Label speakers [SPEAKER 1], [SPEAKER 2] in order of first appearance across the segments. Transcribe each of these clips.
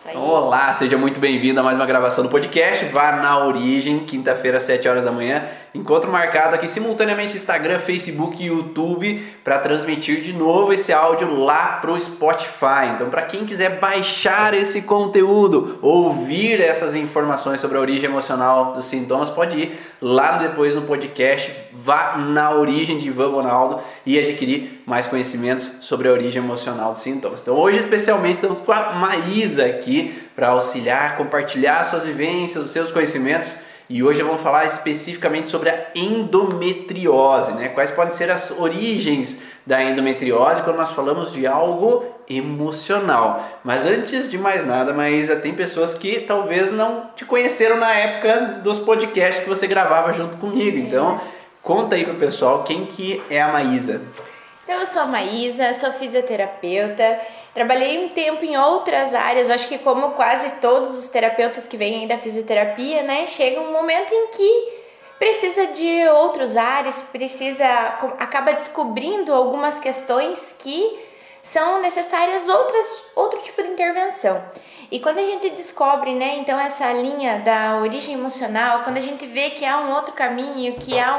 [SPEAKER 1] Isso aí.
[SPEAKER 2] Olá, seja muito bem-vindo a mais uma gravação do podcast Vá na Origem, quinta-feira às 7 horas da manhã. Encontro marcado aqui simultaneamente Instagram, Facebook e YouTube para transmitir de novo esse áudio lá pro Spotify. Então, para quem quiser baixar esse conteúdo, ouvir essas informações sobre a origem emocional dos sintomas, pode ir lá depois no podcast Vá na Origem de Ivan Bonaldo e adquirir mais conhecimentos sobre a origem emocional dos sintomas. Então, hoje especialmente estamos com a Maísa aqui para auxiliar, compartilhar suas vivências, os seus conhecimentos. E hoje vamos falar especificamente sobre a endometriose, né? Quais podem ser as origens da endometriose quando nós falamos de algo emocional. Mas antes de mais nada, Maísa, tem pessoas que talvez não te conheceram na época dos podcasts que você gravava junto comigo. Então, conta aí pro pessoal quem que é a Maísa.
[SPEAKER 1] Então, eu sou a Maísa, sou fisioterapeuta, trabalhei um tempo em outras áreas, acho que como quase todos os terapeutas que vêm aí da fisioterapia, né, chega um momento em que precisa de outros áreas, acaba descobrindo algumas questões que são necessárias outro tipo de intervenção. E quando a gente descobre, né, então essa linha da origem emocional, quando a gente vê que há um outro caminho, que há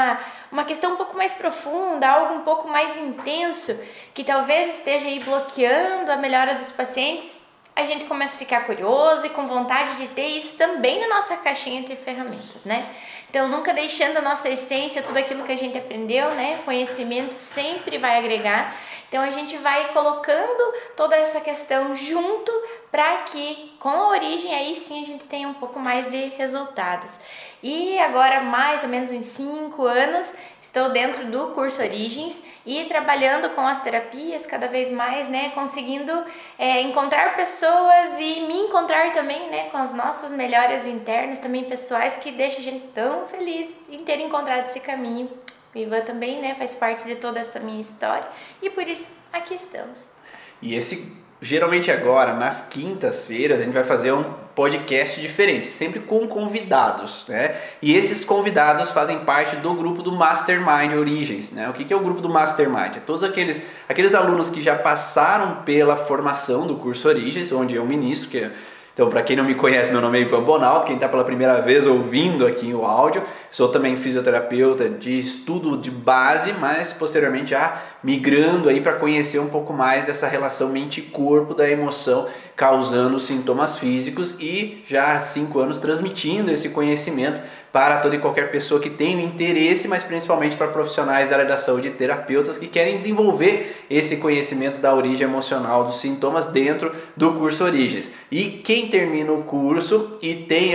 [SPEAKER 1] uma questão um pouco mais profunda, algo um pouco mais intenso, que talvez esteja aí bloqueando a melhora dos pacientes, a gente começa a ficar curioso e com vontade de ter isso também na nossa caixinha de ferramentas, né? Então, nunca deixando a nossa essência, tudo aquilo que a gente aprendeu, né? Conhecimento sempre vai agregar. Então, a gente vai colocando toda essa questão junto para que, com a origem, aí sim a gente tenha um pouco mais de resultados. E agora, mais ou menos uns 5 anos, estou dentro do curso Origens e trabalhando com as terapias cada vez mais, né, conseguindo encontrar pessoas e me encontrar também, né, com as nossas melhorias internas, também pessoais, que deixa a gente tão feliz em ter encontrado esse caminho. O Ivan também, né, faz parte de toda essa minha história e por isso aqui estamos.
[SPEAKER 2] E geralmente agora, nas quintas-feiras, a gente vai fazer um podcast diferente, sempre com convidados, né? E esses convidados fazem parte do grupo do Mastermind Origens, né? O que é o grupo do Mastermind? É todos aqueles alunos que já passaram pela formação do curso Origens, onde eu ministro, Então, para quem não me conhece, meu nome é Ivan Bonaldo, quem está pela primeira vez ouvindo aqui o áudio, sou também fisioterapeuta de estudo de base, mas posteriormente já migrando aí para conhecer um pouco mais dessa relação mente-corpo da emoção causando sintomas físicos e já há 5 anos transmitindo esse conhecimento para toda e qualquer pessoa que tem interesse, mas principalmente para profissionais da área da saúde e terapeutas que querem desenvolver esse conhecimento da origem emocional dos sintomas dentro do curso Origens. E quem termina o curso e tem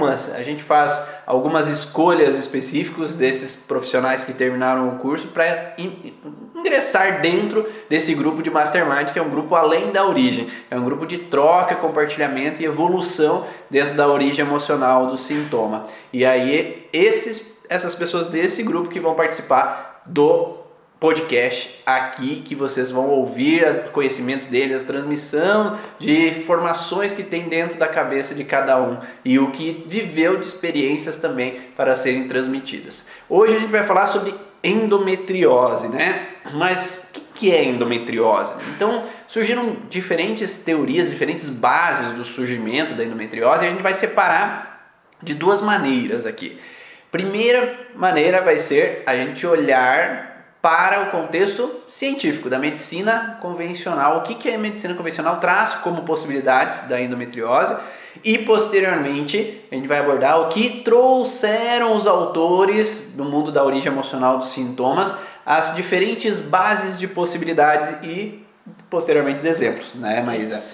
[SPEAKER 2] a gente faz algumas escolhas específicas desses profissionais que terminaram o curso para ingressar dentro desse grupo de Mastermind, que é um grupo além da origem, é um grupo de troca, compartilhamento e evolução dentro da origem emocional do sintoma. E aí essas pessoas desse grupo que vão participar do podcast aqui, que vocês vão ouvir os conhecimentos deles, a transmissão de informações que tem dentro da cabeça de cada um e o que viveu de experiências também para serem transmitidas. Hoje a gente vai falar sobre endometriose, né? Mas o que é endometriose? Então, surgiram diferentes teorias, diferentes bases do surgimento da endometriose e a gente vai separar de 2 maneiras aqui. Primeira maneira vai ser a gente olhar para o contexto científico da medicina convencional. O que a medicina convencional traz como possibilidades da endometriose e posteriormente a gente vai abordar o que trouxeram os autores do mundo da origem emocional dos sintomas, as diferentes bases de possibilidades e posteriormente os exemplos, né, Maísa?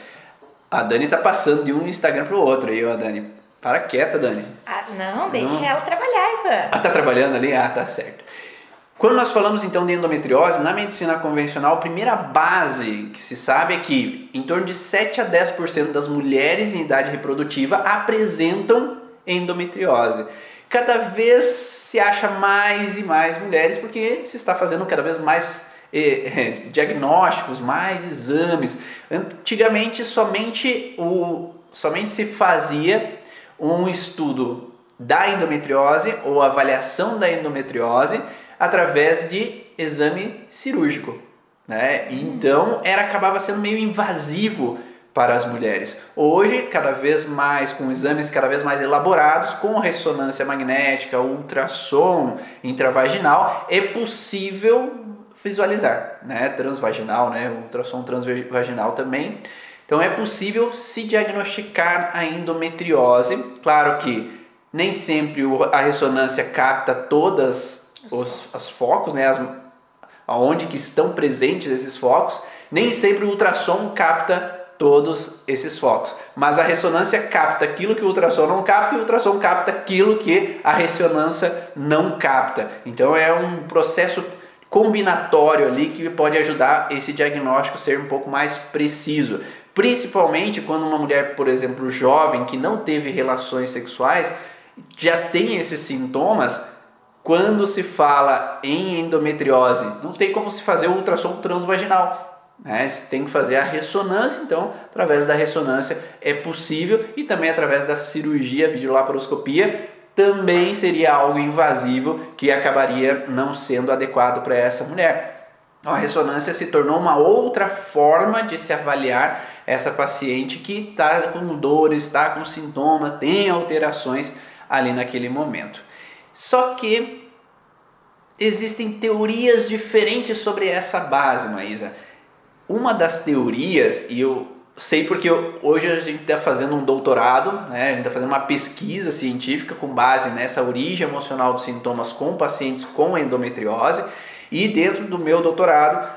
[SPEAKER 2] A Dani tá passando de um Instagram para o outro aí, ó, Dani. Para quieta, Dani.
[SPEAKER 1] Não, deixa ela trabalhar, Ivan.
[SPEAKER 2] Tá trabalhando ali? Tá certo. Quando nós falamos então de endometriose, na medicina convencional, a primeira base que se sabe é que em torno de 7 a 10% das mulheres em idade reprodutiva apresentam endometriose. Cada vez se acha mais e mais mulheres porque se está fazendo cada vez mais diagnósticos, mais exames. Antigamente somente se fazia um estudo da endometriose ou avaliação da endometriose através de exame cirúrgico, né? Então acabava sendo meio invasivo para as mulheres. Hoje, cada vez mais, com exames cada vez mais elaborados, com ressonância magnética, ultrassom intravaginal, é possível visualizar, né? Transvaginal, né? Ultrassom transvaginal também. Então é possível se diagnosticar a endometriose. Claro que nem sempre a ressonância capta todas os focos, né? Aonde que estão presentes esses focos. Nem sempre o ultrassom capta todos esses focos, mas a ressonância capta aquilo que o ultrassom não capta e o ultrassom capta aquilo que a ressonância não capta. Então é um processo combinatório ali que pode ajudar esse diagnóstico a ser um pouco mais preciso. Principalmente quando uma mulher, por exemplo, jovem, que não teve relações sexuais, já tem esses sintomas. Quando se fala em endometriose, não tem como se fazer o ultrassom transvaginal. Você tem que fazer a ressonância, então através da ressonância é possível, e também através da cirurgia, videolaparoscopia, também seria algo invasivo que acabaria não sendo adequado para essa mulher. Então, a ressonância se tornou uma outra forma de se avaliar essa paciente que está com dores, está com sintomas, tem alterações ali naquele momento. Só que existem teorias diferentes sobre essa base, Maísa. Uma das teorias, e eu sei porque hoje a gente está fazendo um doutorado, né? A gente está fazendo uma pesquisa científica com base nessa origem emocional dos sintomas com pacientes com endometriose, e dentro do meu doutorado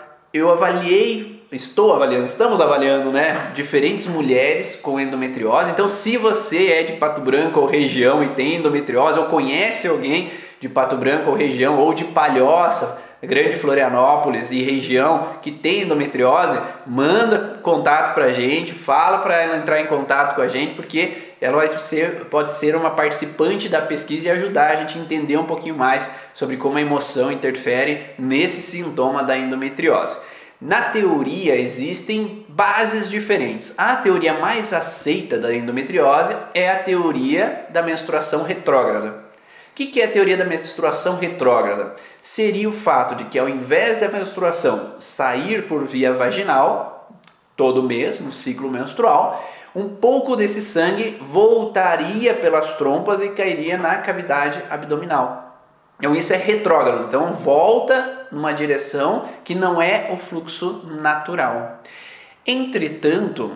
[SPEAKER 2] estamos avaliando, né, diferentes mulheres com endometriose. Então, se você é de Pato Branco ou região e tem endometriose, ou conhece alguém de Pato Branco ou região, ou de Palhoça, Grande Florianópolis e região que tem endometriose, manda contato para a gente, fala para ela entrar em contato com a gente, porque ela pode ser uma participante da pesquisa e ajudar a gente a entender um pouquinho mais sobre como a emoção interfere nesse sintoma da endometriose. Na teoria existem bases diferentes. A teoria mais aceita da endometriose é a teoria da menstruação retrógrada. O que é a teoria da menstruação retrógrada? Seria o fato de que, ao invés da menstruação sair por via vaginal, todo mês, no ciclo menstrual, um pouco desse sangue voltaria pelas trompas e cairia na cavidade abdominal. Então isso é retrógrado, então volta numa direção que não é o fluxo natural. Entretanto,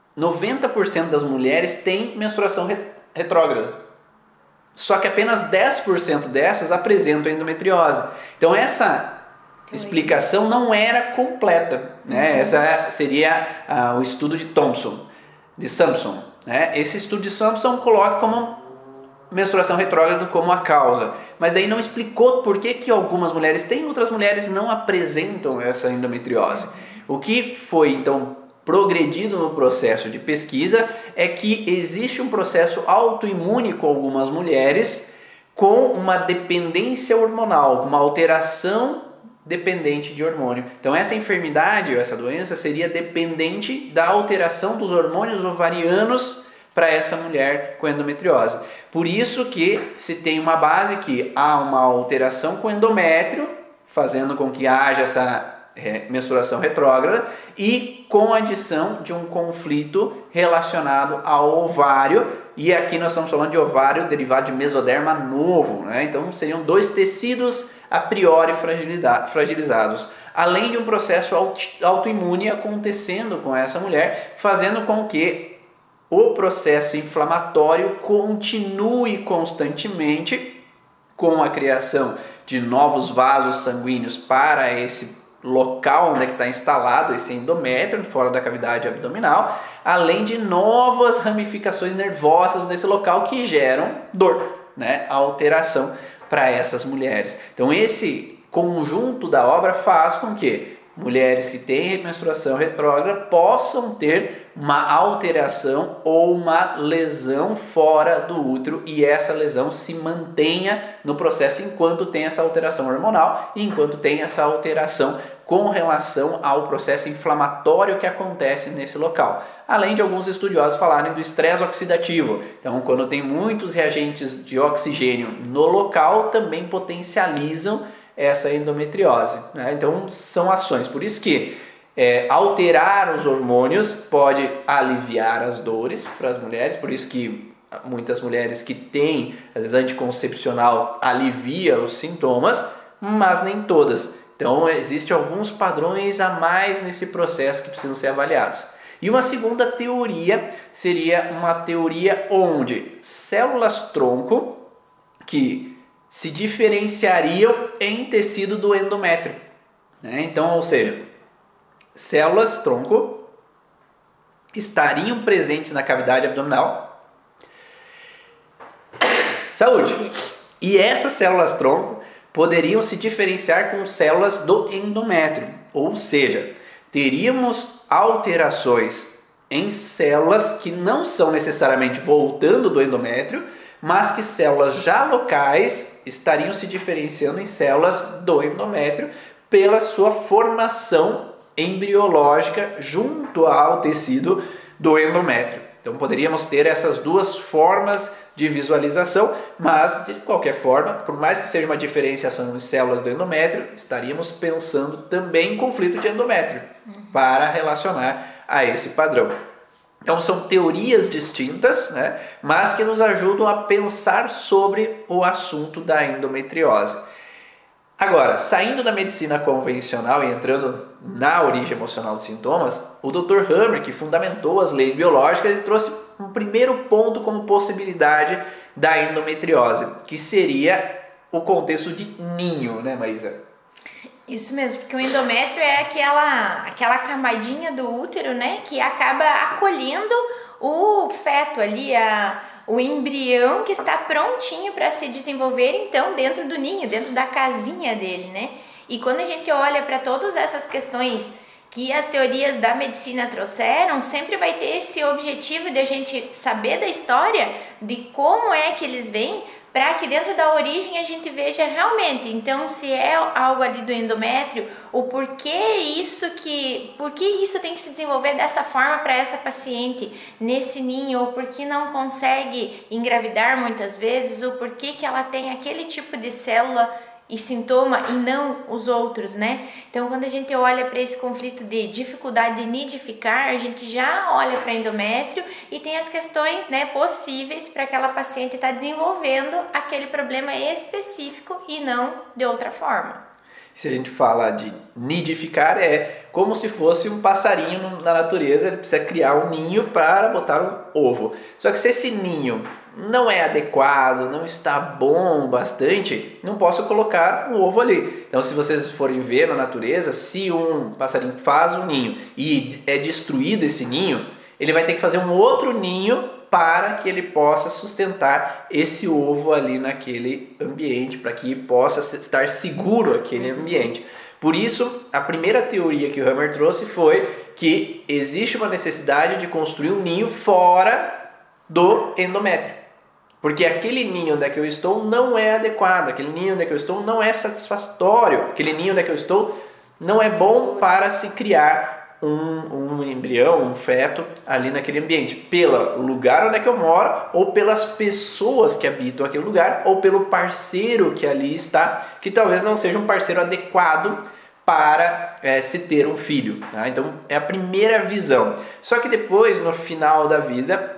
[SPEAKER 2] 90% das mulheres têm menstruação retrógrada. Só que apenas 10% dessas apresentam endometriose. Então essa explicação não era completa, né? Essa seria o estudo de Sampson, né? Esse estudo de Sampson coloca como menstruação retrógrada como a causa, mas daí não explicou por que algumas mulheres têm e outras mulheres não apresentam essa endometriose. O que foi então progredido no processo de pesquisa é que existe um processo autoimune com algumas mulheres com uma dependência hormonal, uma alteração dependente de hormônio. Então essa enfermidade, essa doença seria dependente da alteração dos hormônios ovarianos para essa mulher com endometriose. Por isso que se tem uma base que há uma alteração com endométrio, fazendo com que haja essa menstruação retrógrada, e com a adição de um conflito relacionado ao ovário, e aqui nós estamos falando de ovário derivado de mesoderma novo, né? Então seriam dois tecidos a priori fragilizados, além de um processo autoimune acontecendo com essa mulher, fazendo com que o processo inflamatório continue constantemente, com a criação de novos vasos sanguíneos para esse local onde está instalado esse endométrio, fora da cavidade abdominal, além de novas ramificações nervosas nesse local que geram dor, né? A alteração para essas mulheres. Então esse conjunto da obra faz com que mulheres que têm menstruação retrógrada possam ter uma alteração ou uma lesão fora do útero, e essa lesão se mantenha no processo enquanto tem essa alteração hormonal e enquanto tem essa alteração com relação ao processo inflamatório que acontece nesse local. Além de alguns estudiosos falarem do estresse oxidativo. Então, quando tem muitos reagentes de oxigênio no local, também potencializam essa endometriose, né? Então, são ações. Por isso que Alterar os hormônios pode aliviar as dores para as mulheres, por isso que muitas mulheres que têm, às vezes, anticoncepcional alivia os sintomas, mas nem todas. Então, existem alguns padrões a mais nesse processo que precisam ser avaliados. E uma segunda teoria seria uma teoria onde células-tronco que se diferenciariam em tecido do endométrio, né? Então, ou seja, células-tronco estariam presentes na cavidade abdominal. Saúde! E essas células-tronco poderiam se diferenciar com células do endométrio, ou seja, teríamos alterações em células que não são necessariamente voltando do endométrio, mas que células já locais estariam se diferenciando em células do endométrio pela sua formação embriológica junto ao tecido do endométrio. Então poderíamos ter essas duas formas de visualização, mas de qualquer forma, por mais que seja uma diferenciação em células do endométrio, estaríamos pensando também em conflito de endométrio para relacionar a esse padrão. Então são teorias distintas, né, mas que nos ajudam a pensar sobre o assunto da endometriose. Agora, saindo da medicina convencional e entrando na origem emocional dos sintomas, o Dr. Hammer, que fundamentou as leis biológicas, ele trouxe um primeiro ponto como possibilidade da endometriose, que seria o contexto de ninho, né, Maísa?
[SPEAKER 1] Isso mesmo, porque o endométrio é aquela camadinha do útero, né, que acaba acolhendo o feto ali, o embrião que está prontinho para se desenvolver, então, dentro do ninho, dentro da casinha dele, né? E quando a gente olha para todas essas questões que as teorias da medicina trouxeram, sempre vai ter esse objetivo de a gente saber da história, de como é que eles vêm, para que dentro da origem a gente veja realmente, então, se é algo ali do endométrio, o porquê isso tem que se desenvolver dessa forma para essa paciente nesse ninho, ou porque não consegue engravidar muitas vezes, ou porquê que ela tem aquele tipo de célula e sintoma e não os outros, né? Então, quando a gente olha para esse conflito de dificuldade de nidificar, a gente já olha para endométrio e tem as questões, né, possíveis para aquela paciente estar desenvolvendo aquele problema específico e não de outra forma.
[SPEAKER 2] Se a gente fala de nidificar, é como se fosse um passarinho na natureza, ele precisa criar um ninho para botar um ovo. Só que se esse ninho não é adequado, não está bom bastante, não posso colocar um ovo ali. Então, se vocês forem ver na natureza, se um passarinho faz um ninho e é destruído esse ninho, ele vai ter que fazer um outro ninho para que ele possa sustentar esse ovo ali naquele ambiente, para que possa estar seguro aquele ambiente. Por isso, a primeira teoria que o Hammer trouxe foi que existe uma necessidade de construir um ninho fora do endométrio. Porque aquele ninho onde é que eu estou não é adequado, aquele ninho onde é que eu estou não é satisfatório, aquele ninho onde é que eu estou não é bom para se criar um embrião, um feto ali naquele ambiente, pelo lugar onde é que eu moro, ou pelas pessoas que habitam aquele lugar, ou pelo parceiro que ali está, que talvez não seja um parceiro adequado para se ter um filho, tá? Então é a primeira visão. Só que depois, no final da vida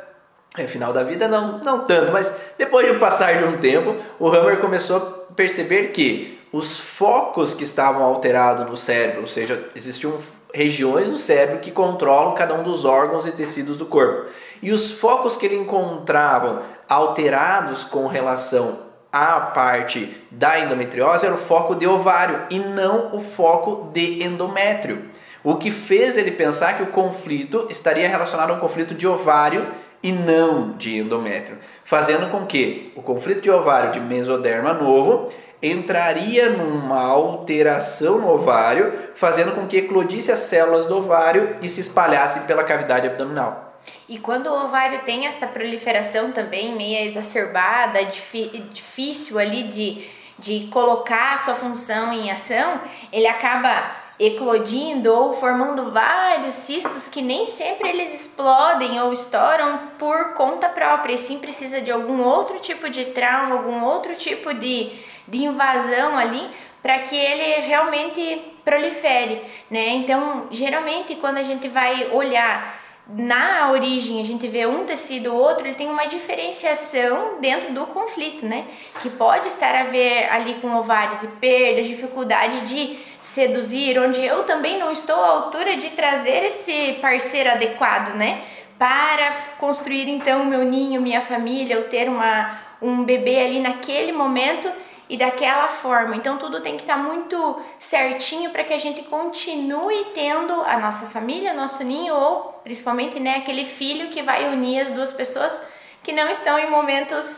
[SPEAKER 2] não tanto, mas depois de passar de um tempo, o Hammer começou a perceber que os focos que estavam alterados no cérebro, ou seja, existiam regiões no cérebro que controlam cada um dos órgãos e tecidos do corpo. E os focos que ele encontrava alterados com relação à parte da endometriose era o foco de ovário e não o foco de endométrio. O que fez ele pensar que o conflito estaria relacionado ao conflito de ovário e não de endométrio, fazendo com que o conflito de ovário de mesoderma novo entraria numa alteração no ovário, fazendo com que eclodisse as células do ovário e se espalhassem pela cavidade abdominal.
[SPEAKER 1] E quando o ovário tem essa proliferação também meio exacerbada, difícil ali de colocar a sua função em ação, ele acaba eclodindo ou formando vários cistos que nem sempre eles explodem ou estouram por conta própria, e sim precisa de algum outro tipo de trauma, algum outro tipo de invasão ali para que ele realmente prolifere, né? Então, geralmente, quando a gente vai olhar na origem, a gente vê um tecido ou outro, ele tem uma diferenciação dentro do conflito, né? Que pode estar a ver ali com ovários e perdas, dificuldade de seduzir, onde eu também não estou à altura de trazer esse parceiro adequado, né? Para construir então o meu ninho, minha família, eu ter um bebê ali naquele momento e daquela forma. Então tudo tem que estar muito certinho para que a gente continue tendo a nossa família, nosso ninho, ou principalmente, né, aquele filho que vai unir as duas pessoas que não estão em momentos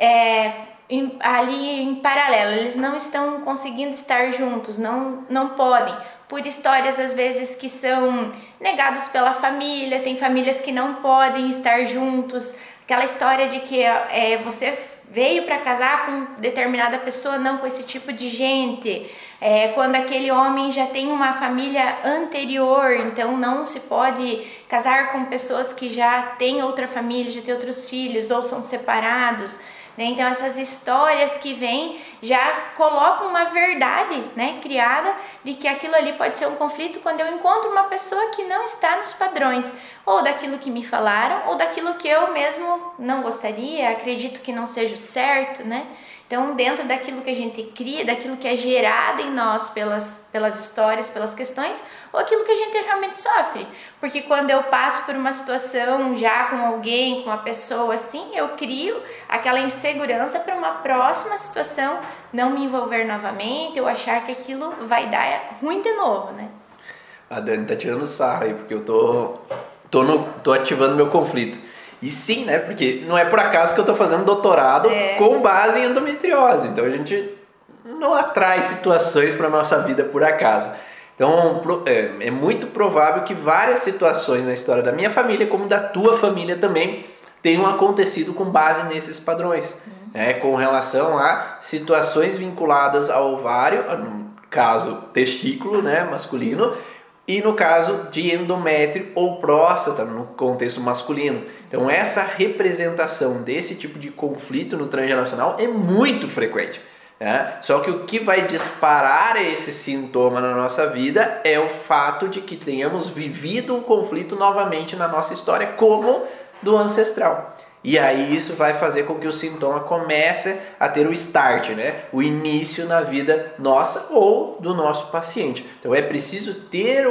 [SPEAKER 1] ali em paralelo, eles não estão conseguindo estar juntos, não podem, por histórias às vezes que são negados pela família, tem famílias que não podem estar juntos, aquela história de que você veio para casar com determinada pessoa, não com esse tipo de gente, quando aquele homem já tem uma família anterior, então não se pode casar com pessoas que já têm outra família, já têm outros filhos ou são separados, né? Então essas histórias que vêm já colocam uma verdade, né, criada de que aquilo ali pode ser um conflito quando eu encontro uma pessoa que não está nos padrões, ou daquilo que me falaram, ou daquilo que eu mesmo não gostaria, acredito que não seja o certo, né? Então, dentro daquilo que a gente cria, daquilo que é gerado em nós pelas histórias, pelas questões, ou aquilo que a gente realmente sofre. Porque quando eu passo por uma situação já com alguém, com uma pessoa assim, eu crio aquela insegurança para uma próxima situação não me envolver novamente, eu achar que aquilo vai dar ruim de novo, né?
[SPEAKER 2] A Dani tá tirando sarro aí, porque eu tô ativando meu conflito. E sim, né? Porque não é por acaso que eu tô fazendo doutorado com base em endometriose. Então a gente não atrai situações para nossa vida por acaso. Então é muito provável que várias situações na história da minha família, como da tua família também, tenham acontecido com base nesses padrões. Com relação a situações vinculadas ao ovário, no caso testículo, né, masculino, e no caso de endométrio ou próstata no contexto masculino. Então essa representação desse tipo de conflito no transgeracional é muito frequente, né? Só que o que vai disparar esse sintoma na nossa vida é o fato de que tenhamos vivido um conflito novamente na nossa história como do ancestral. E aí isso vai fazer com que o sintoma comece a ter o start, né? O início na vida nossa ou do nosso paciente. Então é preciso ter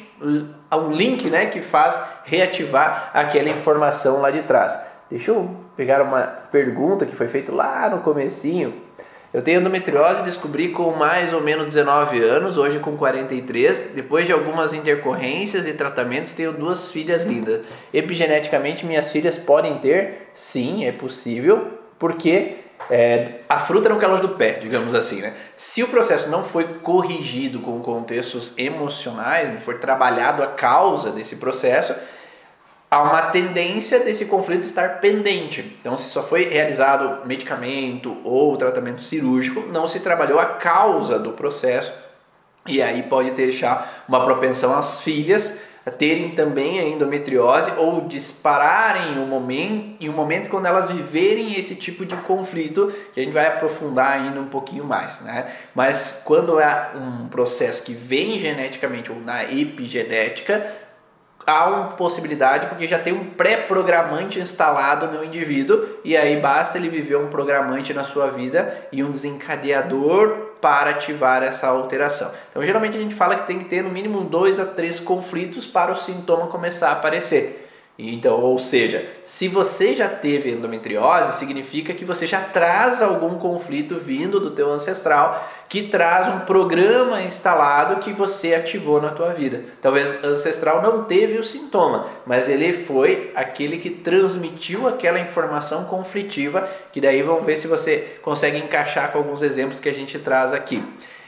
[SPEAKER 2] um link, né, que faz reativar aquela informação lá de trás. Deixa eu pegar uma pergunta que foi feita lá no comecinho. Eu tenho endometriose e descobri com mais ou menos 19 anos, hoje com 43. Depois de algumas intercorrências e tratamentos, tenho 2 filhas lindas. Epigeneticamente, minhas filhas podem ter? Sim, é possível, porque a fruta não quer longe do pé, digamos assim, né? Se o processo não foi corrigido com contextos emocionais, não for trabalhado a causa desse processo, há uma tendência desse conflito estar pendente. Então, se só foi realizado medicamento ou tratamento cirúrgico, não se trabalhou a causa do processo, e aí pode deixar uma propensão às filhas a terem também a endometriose ou dispararem em um momento quando elas viverem esse tipo de conflito, que a gente vai aprofundar ainda um pouquinho mais, né? Mas quando é um processo que vem geneticamente ou na epigenética, há uma possibilidade porque já tem um pré-programante instalado no indivíduo, e aí basta ele viver um programante na sua vida e um desencadeador para ativar essa alteração. Então geralmente a gente fala que tem que ter no mínimo 2 a 3 conflitos para o sintoma começar a aparecer. Então, ou seja, se você já teve endometriose, significa que você já traz algum conflito vindo do teu ancestral, que traz um programa instalado que você ativou na tua vida. Talvez o ancestral não teve o sintoma, mas ele foi aquele que transmitiu aquela informação conflitiva, que daí vamos ver se você consegue encaixar com alguns exemplos que a gente traz aqui.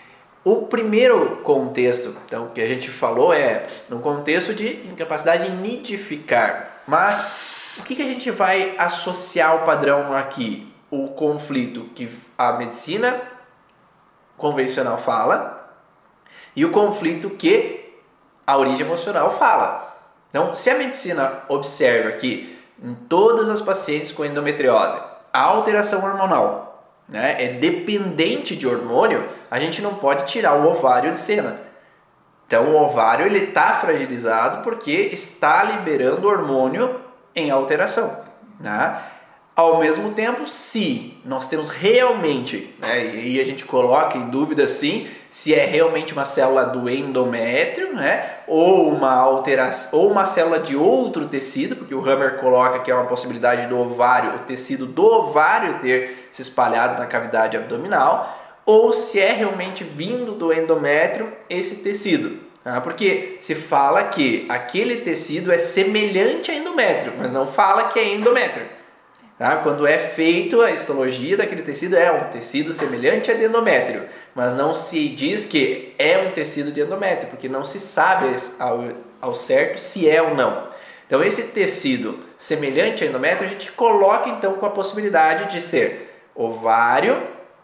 [SPEAKER 2] O primeiro contexto, então, que a gente falou é no contexto de incapacidade de nidificar. Mas o que a gente vai associar o padrão aqui? O conflito que a medicina convencional fala e o conflito que a origem emocional fala. Então, se a medicina observa que em todas as pacientes com endometriose, a alteração hormonal né, é dependente de hormônio, a gente não pode tirar o ovário de cena. Então o ovário ele está fragilizado porque está liberando hormônio em alteração, né? Ao mesmo tempo, se nós temos realmente, né, e a gente coloca em dúvida sim, se é realmente uma célula do endométrio, né, ou uma alteração, ou uma célula de outro tecido, porque o Hammer coloca que é uma possibilidade do ovário, o tecido do ovário ter se espalhado na cavidade abdominal, ou se é realmente vindo do endométrio esse tecido. Tá? Porque se fala que aquele tecido é semelhante a endométrio, mas não fala que é endométrio. Tá? Quando é feito a histologia daquele tecido, é um tecido semelhante a de endométrio, mas não se diz que é um tecido de endométrio, porque não se sabe ao certo se é ou não. Então esse tecido semelhante a endométrio, a gente coloca então com a possibilidade de ser ovário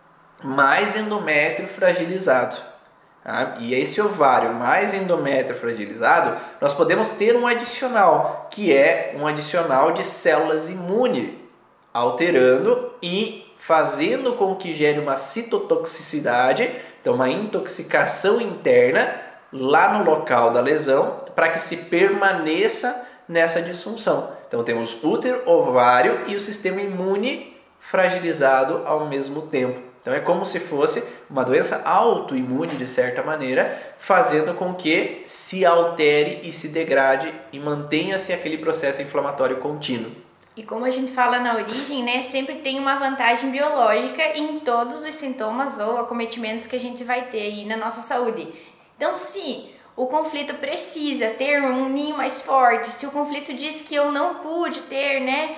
[SPEAKER 2] mais endométrio fragilizado. Tá? E esse ovário mais endométrio fragilizado, nós podemos ter um adicional, que é um adicional de células imunes, alterando e fazendo com que gere uma citotoxicidade, então uma intoxicação interna lá no local da lesão, para que se permaneça nessa disfunção. Então temos útero, ovário e o sistema imune fragilizado ao mesmo tempo. Então é como se fosse uma doença autoimune de certa maneira, fazendo com que se altere e se degrade e mantenha-se aquele processo inflamatório contínuo.
[SPEAKER 1] E como a gente fala na origem, né, sempre tem uma vantagem biológica em todos os sintomas ou acometimentos que a gente vai ter aí na nossa saúde. Então, se o conflito precisa ter um ninho mais forte, se o conflito diz que eu não pude ter, né,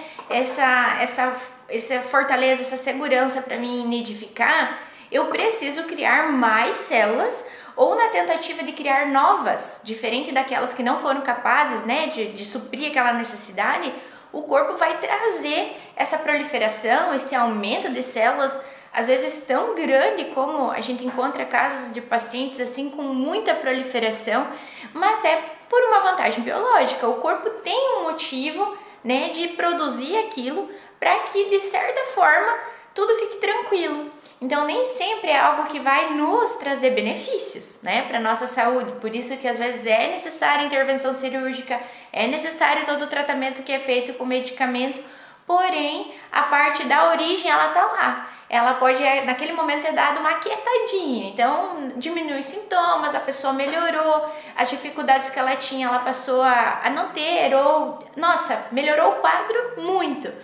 [SPEAKER 1] essa fortaleza, essa segurança para me nidificar, eu preciso criar mais células ou na tentativa de criar novas, diferente daquelas que não foram capazes, né, de suprir aquela necessidade. O corpo vai trazer essa proliferação, esse aumento de células, às vezes tão grande como a gente encontra casos de pacientes assim com muita proliferação, mas é por uma vantagem biológica. O corpo tem um motivo, né, de produzir aquilo para que, de certa forma, tudo fique tranquilo. Então, nem sempre é algo que vai nos trazer benefícios, né, para a nossa saúde. Por isso que, às vezes, é necessária intervenção cirúrgica, é necessário todo o tratamento que é feito com medicamento, porém, a parte da origem, ela tá lá. Ela pode, naquele momento, ter dado uma aquietadinha. Então, diminui os sintomas, a pessoa melhorou, as dificuldades que ela tinha, ela passou a não ter, ou, nossa, melhorou o quadro muito.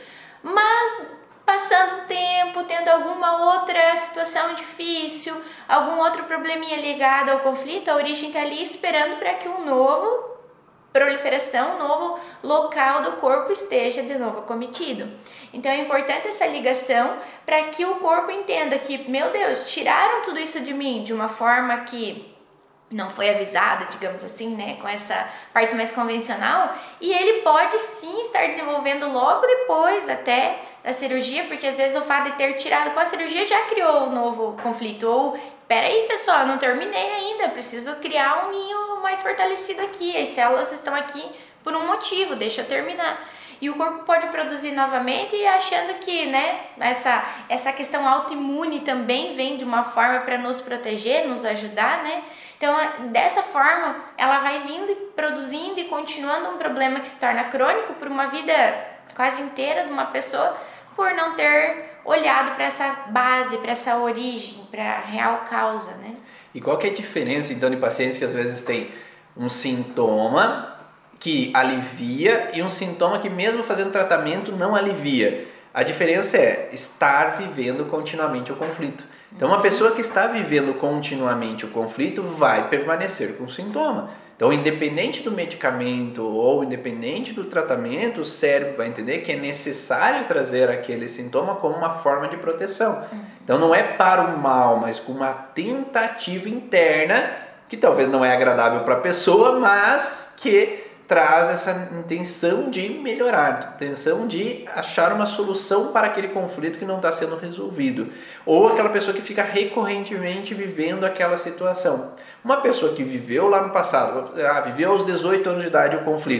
[SPEAKER 1] Mas passando o tempo, tendo alguma outra situação difícil, algum outro probleminha ligado ao conflito, a origem está ali esperando para que um novo proliferação, um novo local do corpo esteja de novo acometido. Então é importante essa ligação para que o corpo entenda que, meu Deus, tiraram tudo isso de mim de uma forma que não foi avisada, digamos assim, né, com essa parte mais convencional, e ele pode sim estar desenvolvendo logo depois até da cirurgia, porque às vezes o fato de ter tirado com a cirurgia já criou um novo conflito, ou peraí pessoal, não terminei ainda, preciso criar um ninho mais fortalecido aqui, as células estão aqui por um motivo, deixa eu terminar. E o corpo pode produzir novamente, achando que, né, essa questão autoimune também vem de uma forma para nos proteger, nos ajudar, né? Então, dessa forma, ela vai vindo, produzindo e continuando um problema que se torna crônico por uma vida quase inteira de uma pessoa, por não ter olhado para essa base, para essa origem, para a real causa, né?
[SPEAKER 2] E qual que é a diferença, então, de pacientes que às vezes têm um sintoma que alivia e um sintoma que mesmo fazendo tratamento não alivia? A diferença é estar vivendo continuamente o conflito. Então, uma pessoa que está vivendo continuamente o conflito vai permanecer com o sintoma. Então, independente do medicamento ou independente do tratamento, o cérebro vai entender que é necessário trazer aquele sintoma como uma forma de proteção. Então, não é para o mal, mas com uma tentativa interna, que talvez não é agradável para a pessoa, mas que traz essa intenção de melhorar, intenção de achar uma solução para aquele conflito que não está sendo resolvido. Ou aquela pessoa que fica recorrentemente vivendo aquela situação. Uma pessoa que viveu lá no passado, viveu aos 18 anos de idade o conflito,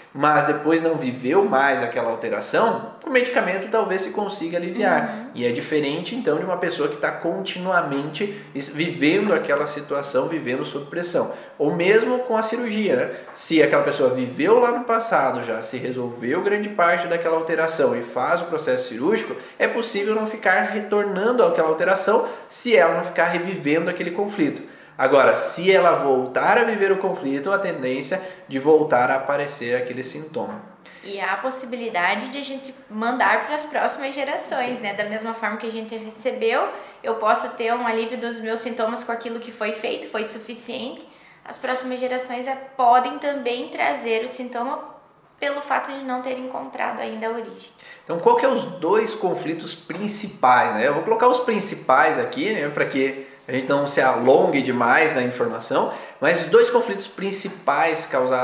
[SPEAKER 2] mas depois não viveu mais aquela alteração, o medicamento talvez se consiga aliviar. E é diferente então de uma pessoa que está continuamente vivendo aquela situação, vivendo sob pressão. Ou mesmo com a cirurgia, né? Se aquela pessoa viveu lá no passado, já se resolveu grande parte daquela alteração e faz o processo cirúrgico, é possível não ficar retornando àquela alteração se ela não ficar revivendo aquele conflito. Agora, se ela voltar a viver o conflito, a tendência de voltar a aparecer aquele sintoma.
[SPEAKER 1] E há a possibilidade de a gente mandar para as próximas gerações, né? Da mesma forma que a gente recebeu, eu posso ter um alívio dos meus sintomas com aquilo que foi feito, foi suficiente. As próximas gerações podem também trazer o sintoma pelo fato de não ter encontrado ainda a origem.
[SPEAKER 2] Então, qual que é os dois conflitos principais, né? Eu vou colocar os principais aqui, né, para que a gente não se alongue demais na informação, mas os dois conflitos principais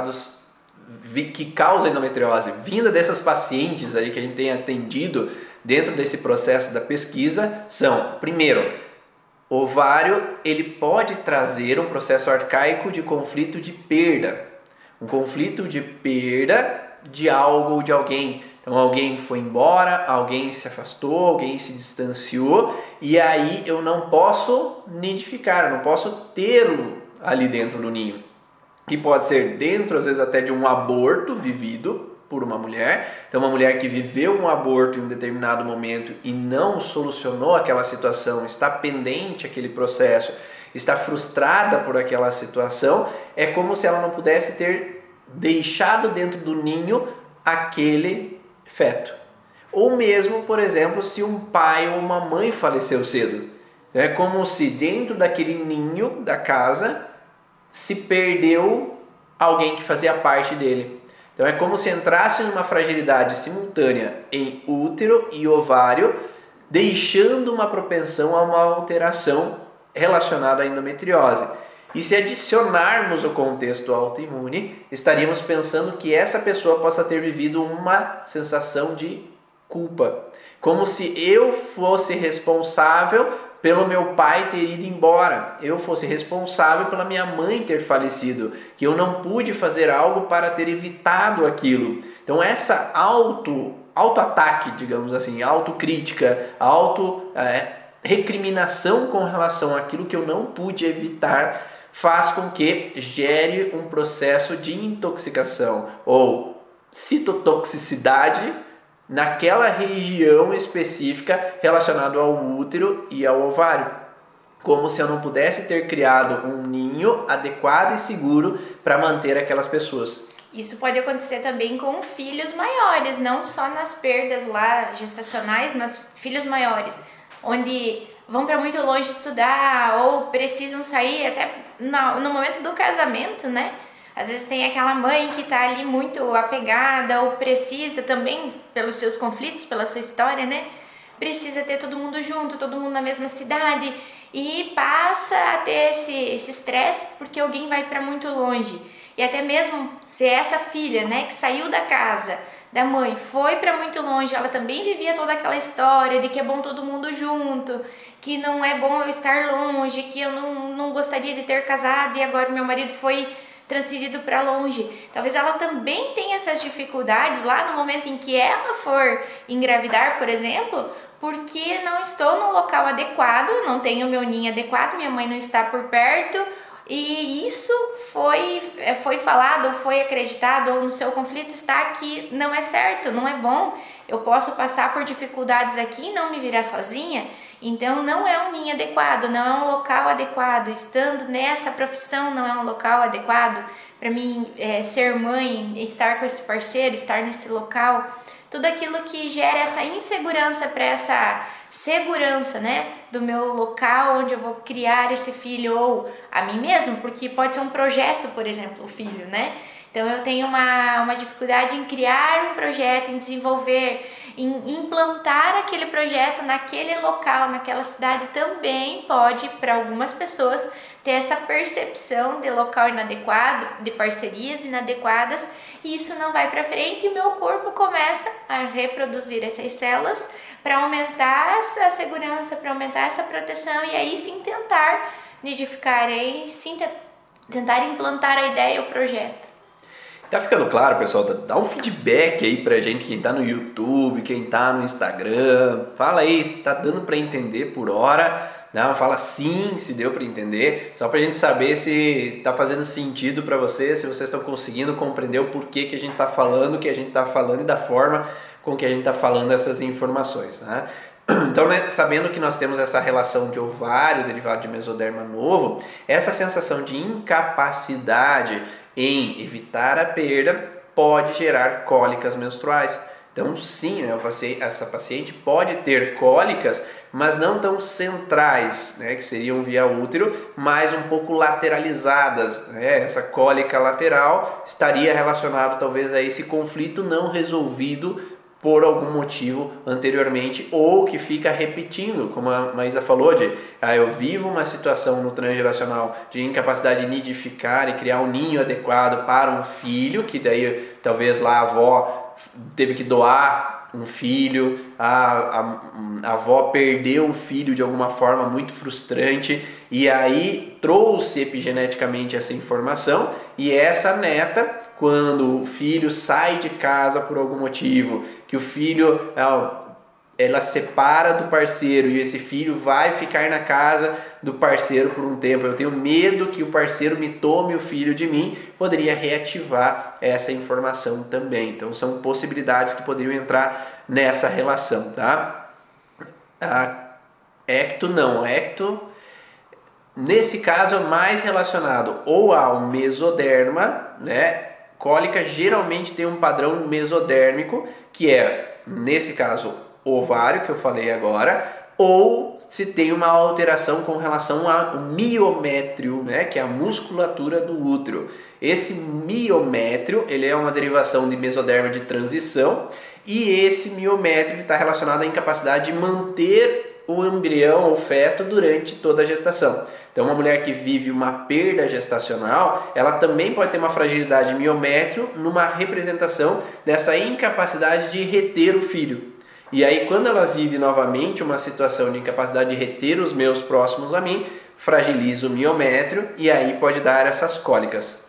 [SPEAKER 2] que causam endometriose, vinda dessas pacientes aí que a gente tem atendido dentro desse processo da pesquisa, são, primeiro, o ovário ele pode trazer um processo arcaico de conflito de perda, um conflito de perda de algo ou de alguém. Então alguém foi embora, alguém se afastou, alguém se distanciou e aí eu não posso nidificar, eu não posso tê-lo ali dentro do ninho. E pode ser dentro, às vezes, até de um aborto vivido por uma mulher. Então uma mulher que viveu um aborto em um determinado momento e não solucionou aquela situação, está pendente aquele processo, está frustrada por aquela situação, é como se ela não pudesse ter deixado dentro do ninho aquele feto. Ou mesmo, por exemplo, se um pai ou uma mãe faleceu cedo. É como se dentro daquele ninho da casa se perdeu alguém que fazia parte dele. Então é como se entrasse numa fragilidade simultânea em útero e ovário, deixando uma propensão a uma alteração relacionada à endometriose. E se adicionarmos o contexto autoimune, estaríamos pensando que essa pessoa possa ter vivido uma sensação de culpa. Como se eu fosse responsável pelo meu pai ter ido embora, eu fosse responsável pela minha mãe ter falecido, que eu não pude fazer algo para ter evitado aquilo. Então essa auto-ataque, digamos assim, autocrítica, recriminação com relação àquilo que eu não pude evitar, faz com que gere um processo de intoxicação ou citotoxicidade naquela região específica relacionado ao útero e ao ovário. Como se eu não pudesse ter criado um ninho adequado e seguro para manter aquelas pessoas.
[SPEAKER 1] Isso pode acontecer também com filhos maiores, não só nas perdas lá gestacionais, mas filhos maiores, onde vão para muito longe estudar ou precisam sair até no momento do casamento, né? Às vezes tem aquela mãe que está ali muito apegada ou precisa também, pelos seus conflitos, pela sua história, né? Precisa ter todo mundo junto, todo mundo na mesma cidade e passa a ter esse estresse porque alguém vai para muito longe. E até mesmo se essa filha, né, que saiu da casa da mãe, foi para muito longe, ela também vivia toda aquela história de que é bom todo mundo junto, que não é bom eu estar longe, que eu não gostaria de ter casado e agora meu marido foi transferido para longe. Talvez ela também tenha essas dificuldades lá no momento em que ela for engravidar, por exemplo, porque não estou no local adequado, não tenho meu ninho adequado, minha mãe não está por perto, e isso foi falado, ou foi acreditado, ou no seu conflito está que não é certo, não é bom, eu posso passar por dificuldades aqui e não me virar sozinha. Então não é um ninho adequado, não é um local adequado, estando nessa profissão não é um local adequado para mim ser mãe, estar com esse parceiro, estar nesse local, tudo aquilo que gera essa insegurança para essa segurança, né, do meu local onde eu vou criar esse filho ou a mim mesmo, porque pode ser um projeto, por exemplo, o filho, né? Então eu tenho uma dificuldade em criar um projeto, em desenvolver, em implantar aquele projeto naquele local, naquela cidade, também pode, para algumas pessoas, ter essa percepção de local inadequado, de parcerias inadequadas, e isso não vai para frente e o meu corpo começa a reproduzir essas células para aumentar essa segurança, para aumentar essa proteção e aí sim tentar nidificar, aí sim tentar implantar a ideia, o projeto.
[SPEAKER 2] Tá ficando claro, pessoal? Dá um feedback aí pra gente, quem tá no YouTube, quem tá no Instagram. Fala aí se tá dando pra entender por hora. Não, fala sim, se deu para entender, só para a gente saber se está fazendo sentido para vocês, se vocês estão conseguindo compreender o porquê que a gente está falando, o que a gente está falando e da forma com que a gente está falando essas informações, né? Então, né, sabendo que nós temos essa relação de ovário derivado de mesoderma novo, essa sensação de incapacidade em evitar a perda pode gerar cólicas menstruais. Então sim, né, essa paciente pode ter cólicas, mas não tão centrais, né, que seriam via útero, mas um pouco lateralizadas. Né? Essa cólica lateral estaria relacionada talvez a esse conflito não resolvido por algum motivo anteriormente, ou que fica repetindo, como a Maísa falou, de eu vivo uma situação no transgeracional de incapacidade de nidificar e criar um ninho adequado para um filho, que daí talvez lá a avó teve que doar um filho, a avó perdeu um filho de alguma forma muito frustrante e aí trouxe epigeneticamente essa informação e essa neta, quando o filho sai de casa por algum motivo, que o filho ela separa do parceiro e esse filho vai ficar na casa do parceiro por um tempo, eu tenho medo que o parceiro me tome o filho de mim, poderia reativar essa informação também. Então são possibilidades que poderiam entrar nessa relação, tá? Ecto nesse caso é mais relacionado ou ao mesoderma, né? Cólica geralmente tem um padrão mesodérmico, que é, nesse caso, ovário, que eu falei agora, ou se tem uma alteração com relação ao miométrio, né, que é a musculatura do útero. Esse miométrio, ele é uma derivação de mesoderma de transição, e esse miométrio está relacionado à incapacidade de manter o embrião ou feto durante toda a gestação. Então, uma mulher que vive uma perda gestacional, ela também pode ter uma fragilidade miométrio numa representação dessa incapacidade de reter o filho. E aí, quando ela vive novamente uma situação de incapacidade de reter os meus próximos a mim, fragiliza o miométrio e aí pode dar essas cólicas.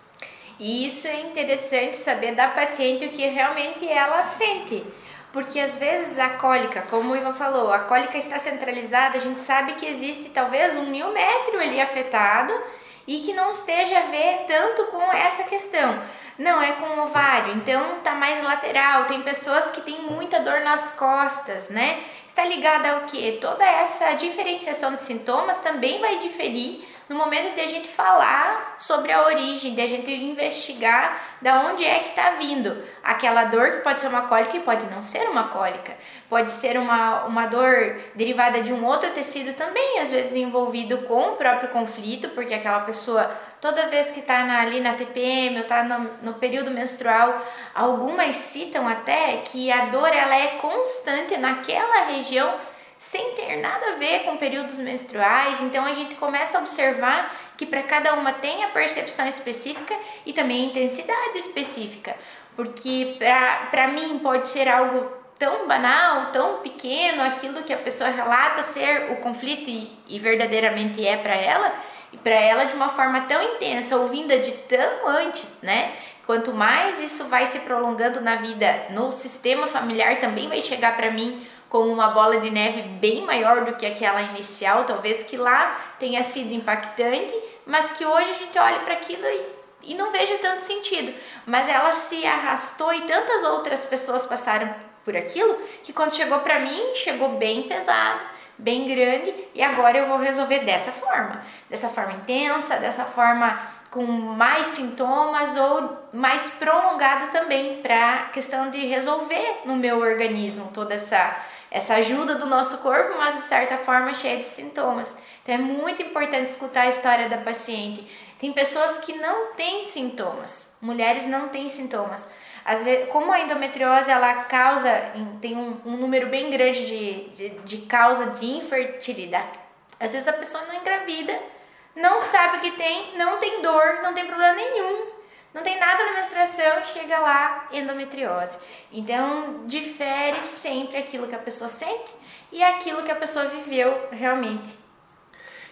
[SPEAKER 1] E isso é interessante saber da paciente o que realmente ela sente. Porque às vezes a cólica, como o Ivan falou, a cólica está centralizada, a gente sabe que existe talvez um miométrio ali afetado e que não esteja a ver tanto com essa questão. Não, é com o ovário, então tá mais lateral. Tem pessoas que têm muita dor nas costas, né? Está ligada ao quê? Toda essa diferenciação de sintomas também vai diferir no momento de a gente falar sobre a origem, de a gente investigar da onde é que está vindo aquela dor, que pode ser uma cólica e pode não ser uma cólica, pode ser uma dor derivada de um outro tecido também, às vezes envolvido com o próprio conflito, porque aquela pessoa, toda vez que está ali na TPM ou está no período menstrual, algumas citam até que a dor ela é constante naquela região, sem ter nada a ver com períodos menstruais. Então a gente começa a observar que para cada uma tem a percepção específica e também a intensidade específica, porque para mim pode ser algo tão banal, tão pequeno, aquilo que a pessoa relata ser o conflito e verdadeiramente é para ela, e para ela de uma forma tão intensa, ouvinda de tão antes, né? Quanto mais isso vai se prolongando na vida, no sistema familiar também vai chegar para mim como uma bola de neve bem maior do que aquela inicial, talvez que lá tenha sido impactante, mas que hoje a gente olha para aquilo e não veja tanto sentido. Mas ela se arrastou e tantas outras pessoas passaram por aquilo, que quando chegou para mim, chegou bem pesado, bem grande, e agora eu vou resolver dessa forma intensa, dessa forma com mais sintomas ou mais prolongado também, para questão de resolver no meu organismo toda essa ajuda do nosso corpo, mas de certa forma cheia de sintomas. Então é muito importante escutar a história da paciente. Tem pessoas que não têm sintomas, mulheres não têm sintomas. Às vezes, como a endometriose ela causa, tem um número bem grande de causa de infertilidade, às vezes a pessoa não engravida, não sabe o que tem, não tem dor, não tem problema nenhum, não tem nada na menstruação e chega lá, endometriose. Então, difere sempre aquilo que a pessoa sente e aquilo que a pessoa viveu realmente.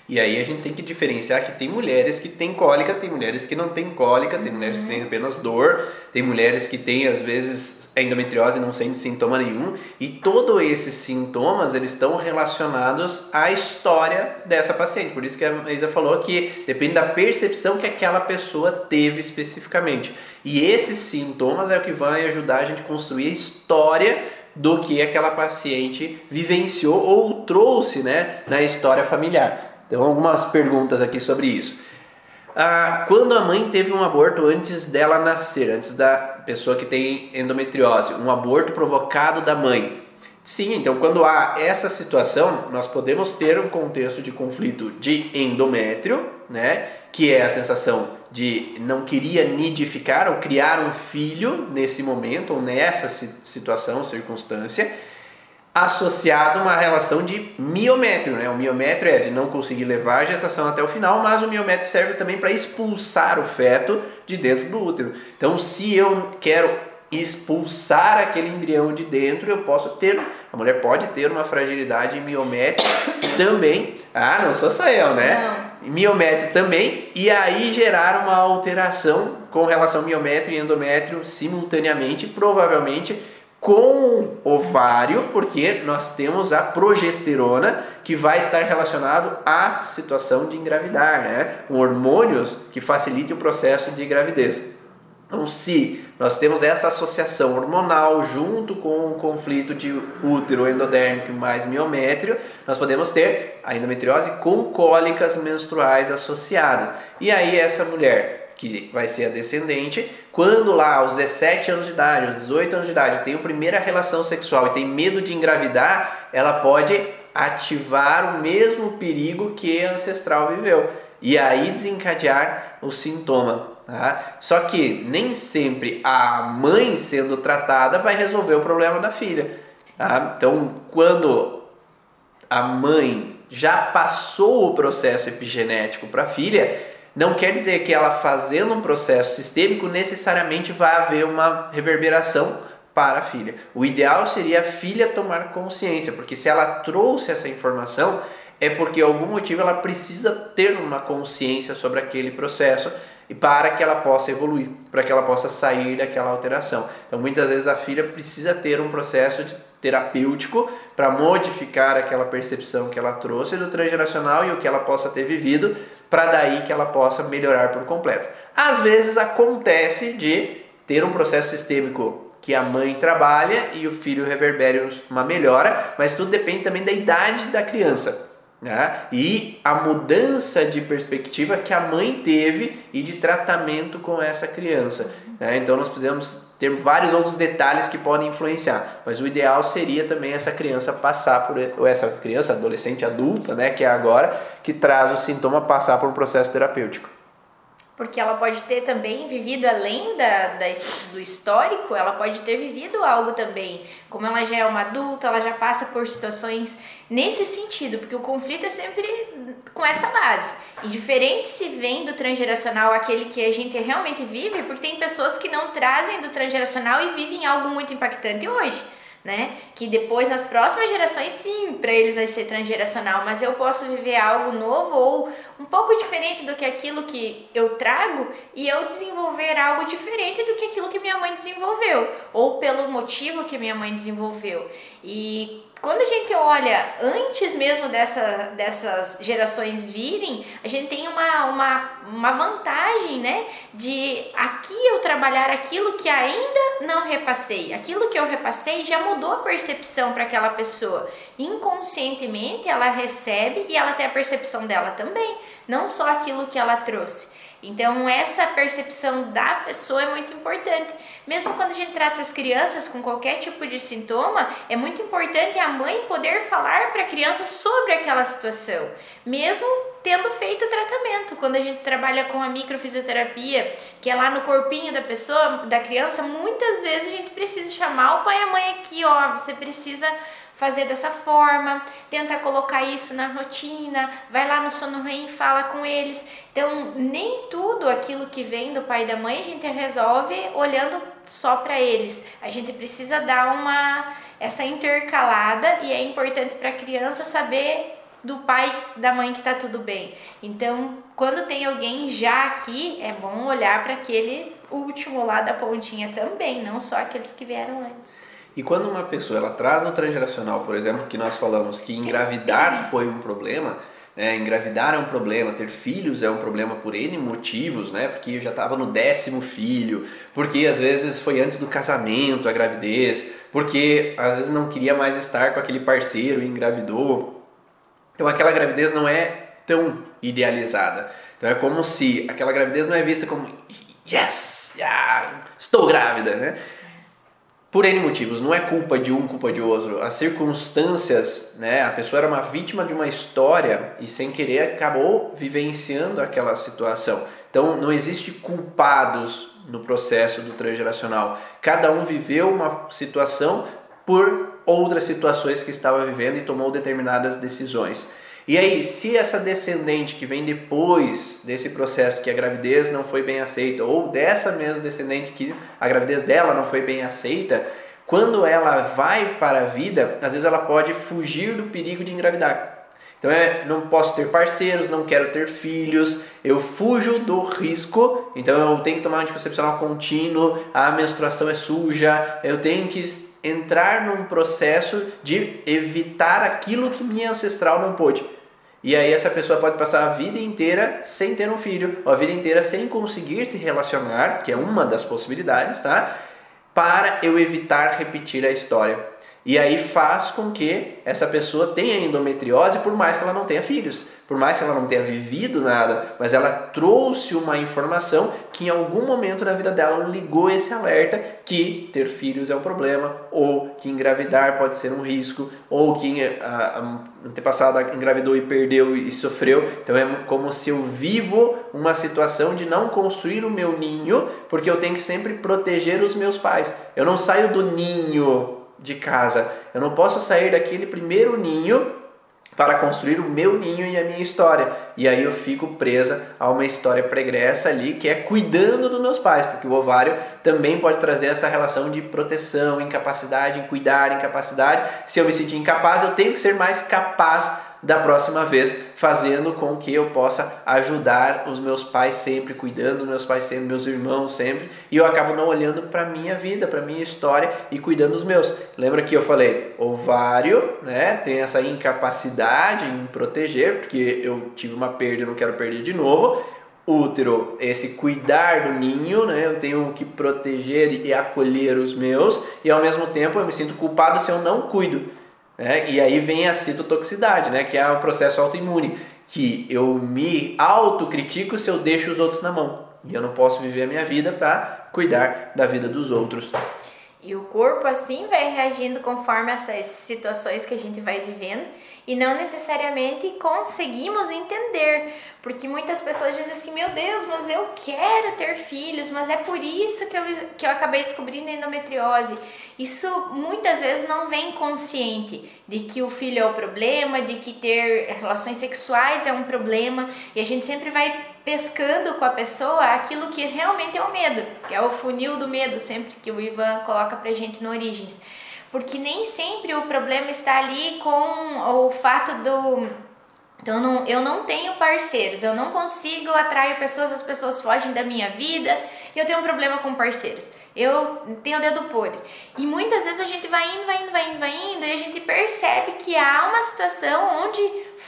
[SPEAKER 2] E aí a gente tem que diferenciar que tem mulheres que têm cólica, tem mulheres que não têm cólica, tem mulheres que têm apenas dor, tem mulheres que têm às vezes endometriose e não sentem sintoma nenhum, e todos esses sintomas eles estão relacionados à história dessa paciente. Por isso que a Isa falou que depende da percepção que aquela pessoa teve especificamente. E esses sintomas é o que vai ajudar a gente a construir a história do que aquela paciente vivenciou ou trouxe, né, na história familiar. Então, algumas perguntas aqui sobre isso. Quando a mãe teve um aborto antes dela nascer, antes da pessoa que tem endometriose, um aborto provocado da mãe. Sim, então quando há essa situação, nós podemos ter um contexto de conflito de endométrio, né, que é a sensação de não queria nidificar ou criar um filho nesse momento ou nessa situação, circunstância, associado a uma relação de miométrio, né? O miométrio é de não conseguir levar a gestação até o final, mas o miométrio serve também para expulsar o feto de dentro do útero. Então, se eu quero expulsar aquele embrião de dentro, eu posso ter, a mulher pode ter uma fragilidade miométrica também. Não sou só eu, né? Miométrio também, e aí gerar uma alteração com relação miométrio e endométrio simultaneamente, provavelmente com ovário, porque nós temos a progesterona que vai estar relacionado à situação de engravidar, né? Com hormônios que facilitam o processo de gravidez. Então, se nós temos essa associação hormonal junto com o conflito de útero endodérmico mais miométrio, nós podemos ter a endometriose com cólicas menstruais associadas. E aí essa mulher que vai ser a descendente, quando lá aos 17 anos de idade, aos 18 anos de idade, tem a primeira relação sexual e tem medo de engravidar, ela pode ativar o mesmo perigo que a ancestral viveu e aí desencadear o sintoma. Tá? Só que nem sempre a mãe sendo tratada vai resolver o problema da filha. Tá? Então, quando a mãe já passou o processo epigenético para a filha, não quer dizer que ela fazendo um processo sistêmico necessariamente vai haver uma reverberação para a filha. O ideal seria a filha tomar consciência, porque se ela trouxe essa informação, é porque algum motivo ela precisa ter uma consciência sobre aquele processo e para que ela possa evoluir, para que ela possa sair daquela alteração. Então muitas vezes a filha precisa ter um processo terapêutico para modificar aquela percepção que ela trouxe do transgeracional e o que ela possa ter vivido, para daí que ela possa melhorar por completo. Às vezes acontece de ter um processo sistêmico que a mãe trabalha e o filho reverbere uma melhora, mas tudo depende também da idade da criança, né? E a mudança de perspectiva que a mãe teve e de tratamento com essa criança, né? Então nós podemos ter vários outros detalhes que podem influenciar, mas o ideal seria também essa criança passar por, ou essa criança, adolescente, adulta, né, que é agora, que traz o sintoma, passar por um processo terapêutico.
[SPEAKER 1] Porque ela pode ter também vivido além do histórico, ela pode ter vivido algo também. Como ela já é uma adulta, ela já passa por situações nesse sentido, porque o conflito é sempre com essa base. Indiferente se vem do transgeracional aquele que a gente realmente vive, porque tem pessoas que não trazem do transgeracional e vivem algo muito impactante hoje, né? Que depois nas próximas gerações sim, para eles vai ser transgeracional, mas eu posso viver algo novo ou um pouco diferente do que aquilo que eu trago e eu desenvolver algo diferente do que aquilo que minha mãe desenvolveu ou pelo motivo que minha mãe desenvolveu. E quando a gente olha antes mesmo dessas gerações virem, a gente tem uma vantagem, né? De aqui eu trabalhar aquilo que ainda não repassei. Aquilo que eu repassei já mudou a percepção para aquela pessoa. Inconscientemente ela recebe e ela tem a percepção dela também, não só aquilo que ela trouxe. Então essa percepção da pessoa é muito importante. Mesmo quando a gente trata as crianças com qualquer tipo de sintoma, é muito importante a mãe poder falar para a criança sobre aquela situação, mesmo tendo feito o tratamento. Quando a gente trabalha com a microfisioterapia, que é lá no corpinho da pessoa, da criança, muitas vezes a gente precisa chamar o pai e a mãe aqui, ó, você precisa fazer dessa forma, tenta colocar isso na rotina, vai lá no sono REM, fala com eles. Então, nem tudo aquilo que vem do pai e da mãe a gente resolve olhando só para eles. A gente precisa dar essa intercalada e é importante para a criança saber do pai, da mãe que tá tudo bem. Então, quando tem alguém já aqui, é bom olhar para aquele último lá da pontinha também, não só aqueles que vieram antes.
[SPEAKER 2] E quando uma pessoa ela traz no transgeracional, por exemplo, que nós falamos que engravidar foi um problema, né? Engravidar é um problema, ter filhos é um problema por N motivos, né? Porque eu já estava no 10º filho, porque às vezes foi antes do casamento a gravidez, porque às vezes não queria mais estar com aquele parceiro e engravidou. Então aquela gravidez não é tão idealizada. Então é como se aquela gravidez não é vista como yes, estou grávida, né? Por N motivos, não é culpa de um, culpa de outro. As circunstâncias, né? A pessoa era uma vítima de uma história e sem querer acabou vivenciando aquela situação. Então não existe culpados no processo do transgeracional. Cada um viveu uma situação por outras situações que estava vivendo e tomou determinadas decisões. E aí, se essa descendente que vem depois desse processo, que a gravidez não foi bem aceita, ou dessa mesma descendente que a gravidez dela não foi bem aceita, quando ela vai para a vida, às vezes ela pode fugir do perigo de engravidar. Então, não posso ter parceiros, não quero ter filhos, eu fujo do risco, então eu tenho que tomar anticoncepcional contínuo, a menstruação é suja, eu tenho que entrar num processo de evitar aquilo que minha ancestral não pôde. E aí essa pessoa pode passar a vida inteira sem ter um filho, ou a vida inteira sem conseguir se relacionar, que é uma das possibilidades, tá? Para eu evitar repetir a história. E aí faz com que essa pessoa tenha endometriose, por mais que ela não tenha filhos, por mais que ela não tenha vivido nada, mas ela trouxe uma informação que em algum momento na vida dela ligou esse alerta que ter filhos é um problema, ou que engravidar pode ser um risco, ou que a antepassada engravidou e perdeu e sofreu. Então é como se eu vivo uma situação de não construir o meu ninho, porque eu tenho que sempre proteger os meus pais. Eu não saio do ninho de casa, eu não posso sair daquele primeiro ninho para construir o meu ninho e a minha história, e aí eu fico presa a uma história pregressa ali, que é cuidando dos meus pais, porque o ovário também pode trazer essa relação de proteção, incapacidade em cuidar, incapacidade. Se eu me sentir incapaz, eu tenho que ser mais capaz da próxima vez, fazendo com que eu possa ajudar os meus pais sempre, cuidando dos meus pais sempre, meus irmãos sempre, e eu acabo não olhando para a minha vida, para a minha história e cuidando dos meus. Lembra que eu falei, ovário, né, tem essa incapacidade em proteger, porque eu tive uma perda e não quero perder de novo. Útero, esse cuidar do ninho, né, eu tenho que proteger e acolher os meus, e ao mesmo tempo eu me sinto culpado se eu não cuido. E aí vem a citotoxicidade, né? Que é o processo autoimune, que eu me autocritico se eu deixo os outros na mão, e eu não posso viver a minha vida para cuidar da vida dos outros.
[SPEAKER 1] E o corpo assim vai reagindo conforme essas situações que a gente vai vivendo, e não necessariamente conseguimos entender, porque muitas pessoas dizem assim, meu Deus, mas eu quero ter filhos, mas é por isso que eu acabei descobrindo a endometriose. Isso muitas vezes não vem consciente de que o filho é o problema, de que ter relações sexuais é um problema, e a gente sempre vai pescando com a pessoa aquilo que realmente é o medo, que é o funil do medo, sempre que o Ivan coloca pra gente no Origens. Porque nem sempre o problema está ali com o fato do... Então eu não tenho parceiros, eu não consigo atrair pessoas, as pessoas fogem da minha vida, e eu tenho um problema com parceiros. Eu tenho o dedo podre. E muitas vezes a gente vai indo, e a gente percebe que há uma situação onde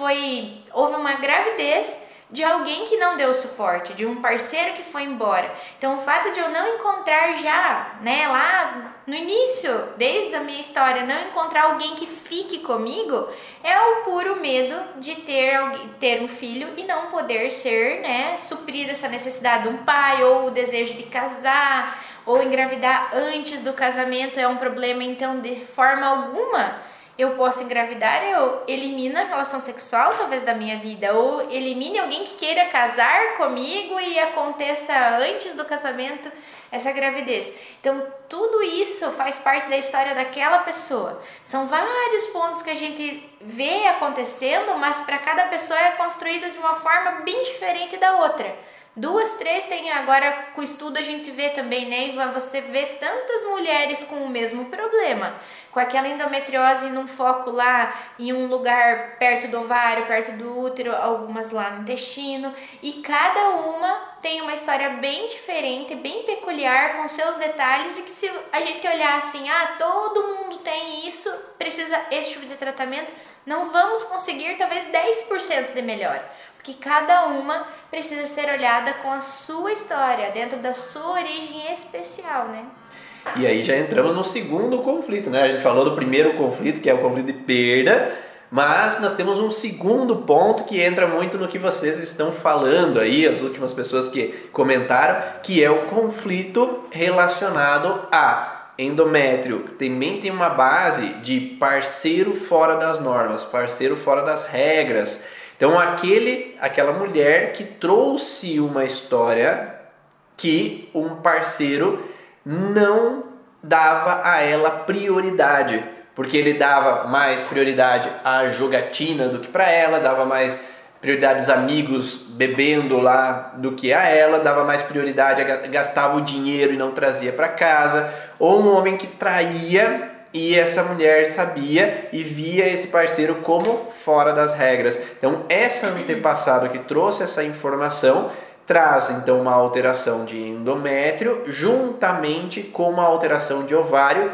[SPEAKER 1] houve uma gravidez de alguém que não deu suporte, de um parceiro que foi embora. Então o fato de eu não encontrar já, né, lá no início, desde a minha história, não encontrar alguém que fique comigo, é o puro medo de ter um filho e não poder ser, né, suprida essa necessidade de um pai, ou o desejo de casar, ou engravidar antes do casamento é um problema. Então, de forma alguma eu posso engravidar, eu elimino a relação sexual talvez da minha vida, ou elimine alguém que queira casar comigo e aconteça antes do casamento essa gravidez. Então tudo isso faz parte da história daquela pessoa. São vários pontos que a gente vê acontecendo, mas para cada pessoa é construído de uma forma bem diferente da outra. 2, 3 tem agora com o estudo a gente vê também, né, Ivan? Você vê tantas mulheres com o mesmo problema, com aquela endometriose num foco lá em um lugar perto do ovário, perto do útero, algumas lá no intestino, e cada uma tem uma história bem diferente, bem peculiar, com seus detalhes, e que se a gente olhar assim, todo mundo tem isso, precisa esse tipo de tratamento, não vamos conseguir talvez 10% de melhora. Porque cada uma precisa ser olhada com a sua história, dentro da sua origem especial, né?
[SPEAKER 2] E aí já entramos no segundo conflito, né? A gente falou do primeiro conflito, que é o conflito de perda, mas nós temos um segundo ponto que entra muito no que vocês estão falando aí, as últimas pessoas que comentaram, que é o conflito relacionado a endométrio, que também tem uma base de parceiro fora das normas, parceiro fora das regras. Então aquela mulher que trouxe uma história que um parceiro não dava a ela prioridade, porque ele dava mais prioridade à jogatina do que para ela, dava mais prioridade aos amigos bebendo lá do que a ela, dava mais prioridade, gastava o dinheiro e não trazia para casa, ou um homem que traía e essa mulher sabia e via esse parceiro como fora das regras. Então essa antepassado que trouxe essa informação traz então uma alteração de endométrio juntamente com uma alteração de ovário,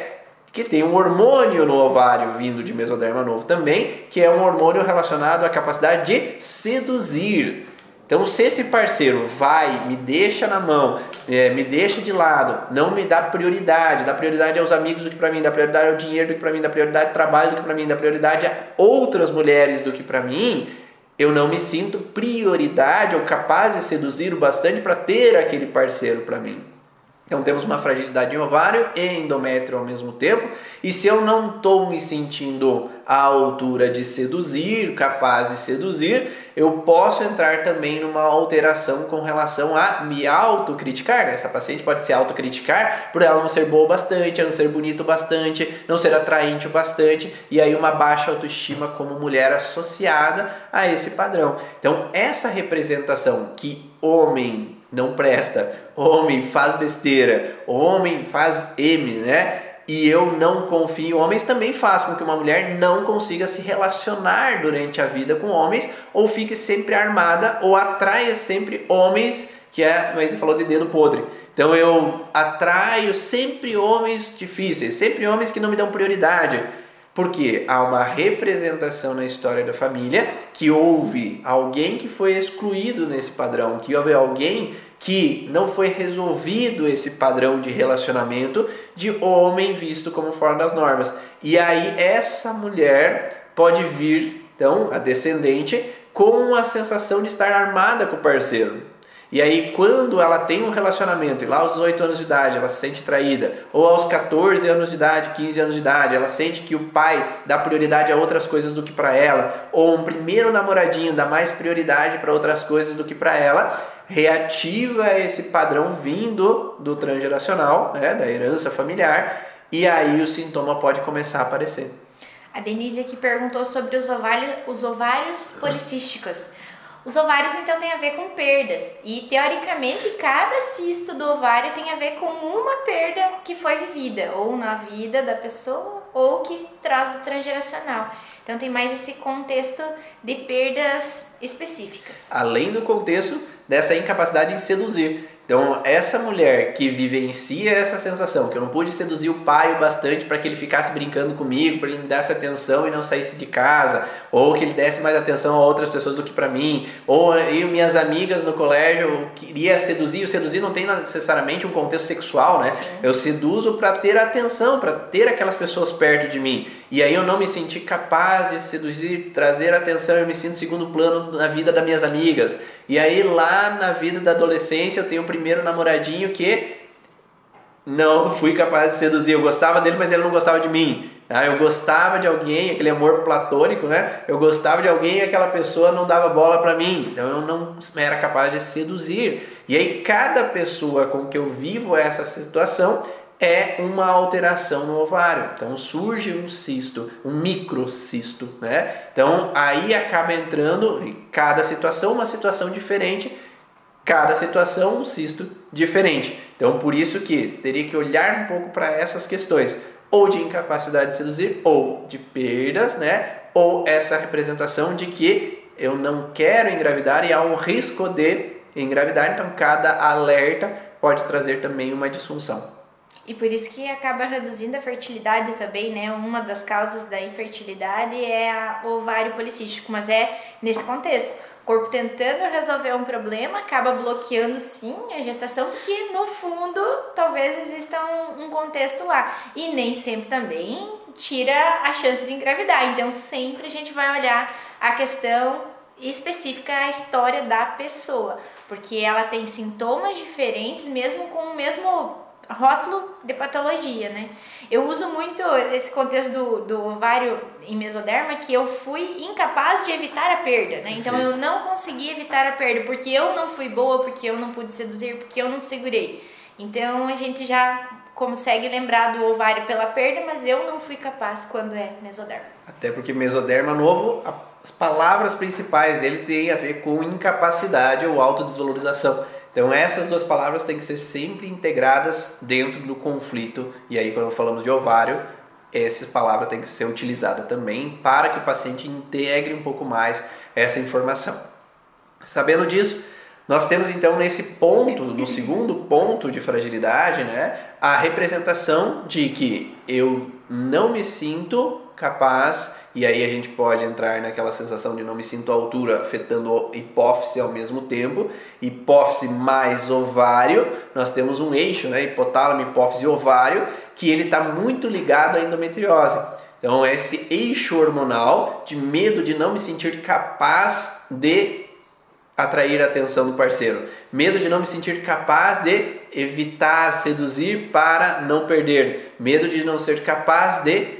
[SPEAKER 2] que tem um hormônio no ovário vindo de mesoderma novo também, que é um hormônio relacionado à capacidade de seduzir. Então se esse parceiro me deixa na mão, me deixa de lado, não me dá prioridade aos amigos do que para mim, dá prioridade ao dinheiro do que para mim, dá prioridade ao trabalho do que para mim, dá prioridade a outras mulheres do que para mim, eu não me sinto prioridade ou capaz de seduzir o bastante para ter aquele parceiro para mim. Então temos uma fragilidade em ovário e endométrio ao mesmo tempo. E se eu não estou me sentindo à altura de seduzir, capaz de seduzir, eu posso entrar também numa alteração com relação a me autocriticar. Essa paciente pode se autocriticar por ela não ser boa o bastante, não ser bonito o bastante, não ser atraente o bastante. E aí uma baixa autoestima como mulher associada a esse padrão. Então essa representação que homem não presta, homem faz besteira, homem faz M, né? E eu não confio, homens também faz com que uma mulher não consiga se relacionar durante a vida com homens, ou fique sempre armada, ou atraia sempre homens, mas você falou de dedo podre. Então eu atraio sempre homens difíceis, sempre homens que não me dão prioridade. Porque há uma representação na história da família que houve alguém que foi excluído nesse padrão, que houve alguém que não foi resolvido esse padrão de relacionamento de homem visto como fora das normas. E aí essa mulher pode vir, então, a descendente, com a sensação de estar armada com o parceiro. E aí quando ela tem um relacionamento e lá aos 18 anos de idade ela se sente traída, ou aos 14 anos de idade, 15 anos de idade, ela sente que o pai dá prioridade a outras coisas do que para ela, ou um primeiro namoradinho dá mais prioridade para outras coisas do que para ela, reativa esse padrão vindo do transgeracional, né, da herança familiar, e aí o sintoma pode começar a aparecer.
[SPEAKER 1] A Denise aqui perguntou sobre os ovários policísticos. Os ovários, então, têm a ver com perdas. E, teoricamente, cada cisto do ovário tem a ver com uma perda que foi vivida, ou na vida da pessoa, ou que traz do transgeracional. Então, tem mais esse contexto de perdas específicas.
[SPEAKER 2] Além do contexto dessa incapacidade de seduzir. Então, essa mulher que vivencia essa sensação, que eu não pude seduzir o pai o bastante para que ele ficasse brincando comigo, para ele me desse atenção e não saísse de casa, ou que ele desse mais atenção a outras pessoas do que para mim, ou eu, minhas amigas no colégio, eu queria seduzir. O seduzir não tem necessariamente um contexto sexual, né? Sim. Eu seduzo para ter atenção, para ter aquelas pessoas perto de mim. E aí eu não me senti capaz de seduzir, trazer atenção, eu me sinto segundo plano na vida das minhas amigas. E aí lá na vida da adolescência eu tenho o primeiro namoradinho que não fui capaz de seduzir. Eu gostava dele, mas ele não gostava de mim. Eu gostava de alguém, aquele amor platônico, né? Eu gostava de alguém e aquela pessoa não dava bola pra mim. Então eu não era capaz de seduzir. E aí cada pessoa com que eu vivo essa situação é uma alteração no ovário. Então surge um cisto, um microcisto, né? Então aí acaba entrando em cada situação, uma situação diferente, cada situação um cisto diferente. Então, por isso que teria que olhar um pouco para essas questões, ou de incapacidade de seduzir, ou de perdas, né? Ou essa representação de que eu não quero engravidar e há um risco de engravidar. Então, cada alerta pode trazer também uma disfunção.
[SPEAKER 1] E por isso que acaba reduzindo a fertilidade também, né? Uma das causas da infertilidade é o ovário policístico, mas é nesse contexto. O corpo tentando resolver um problema acaba bloqueando sim a gestação, porque no fundo talvez exista um contexto lá. E nem sempre também tira a chance de engravidar. Então sempre a gente vai olhar a questão específica, a história da pessoa, porque ela tem sintomas diferentes mesmo com o mesmo rótulo de patologia, né? Eu uso muito esse contexto do ovário em mesoderma, que eu fui incapaz de evitar a perda, né? Então eu não consegui evitar a perda, porque eu não fui boa, porque eu não pude seduzir, porque eu não segurei. Então a gente já consegue lembrar do ovário pela perda, mas eu não fui capaz quando é mesoderma.
[SPEAKER 2] Até porque mesoderma novo, as palavras principais dele têm a ver com incapacidade ou autodesvalorização. Então essas duas palavras têm que ser sempre integradas dentro do conflito. E aí quando falamos de ovário, essa palavra tem que ser utilizada também para que o paciente integre um pouco mais essa informação. Sabendo disso, nós temos então nesse ponto, no segundo ponto de fragilidade, né, a representação de que eu não me sinto capaz, e aí a gente pode entrar naquela sensação de não me sinto à altura, afetando a hipófise ao mesmo tempo. Hipófise mais ovário, nós temos um eixo, né, hipotálamo, hipófise e ovário, que ele está muito ligado à endometriose. Então esse eixo hormonal de medo de não me sentir capaz de atrair a atenção do parceiro, medo de não me sentir capaz de evitar, seduzir para não perder, medo de não ser capaz de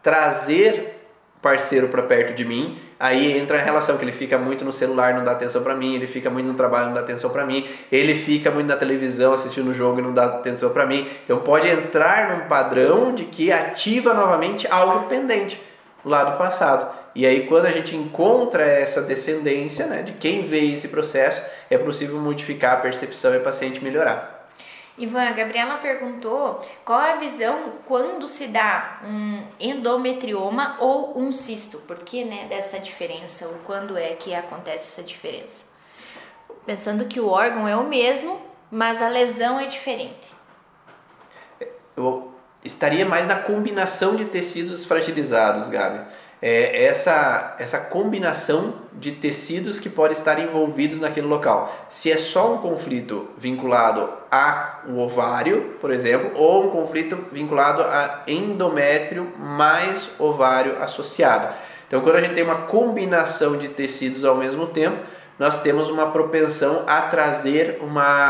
[SPEAKER 2] trazer parceiro para perto de mim. Aí entra a relação que ele fica muito no celular, não dá atenção para mim, ele fica muito no trabalho, não dá atenção para mim, ele fica muito na televisão assistindo o jogo e não dá atenção para mim. Então pode entrar num padrão de que ativa novamente algo pendente lá do passado. E aí quando a gente encontra essa descendência, né, de quem veio esse processo, é possível modificar a percepção e o paciente melhorar.
[SPEAKER 1] Ivan, a Gabriela perguntou qual é a visão quando se dá um endometrioma ou um cisto. Por que, né, dessa diferença? Ou quando é que acontece essa diferença? Pensando que o órgão é o mesmo, mas a lesão é diferente.
[SPEAKER 2] Eu estaria mais na combinação de tecidos fragilizados, Gabi. Essa combinação de tecidos que podem estar envolvidos naquele local. Se é só um conflito vinculado ao ovário, por exemplo, ou um conflito vinculado a endométrio mais ovário associado. Então, quando a gente tem uma combinação de tecidos ao mesmo tempo, nós temos uma propensão a trazer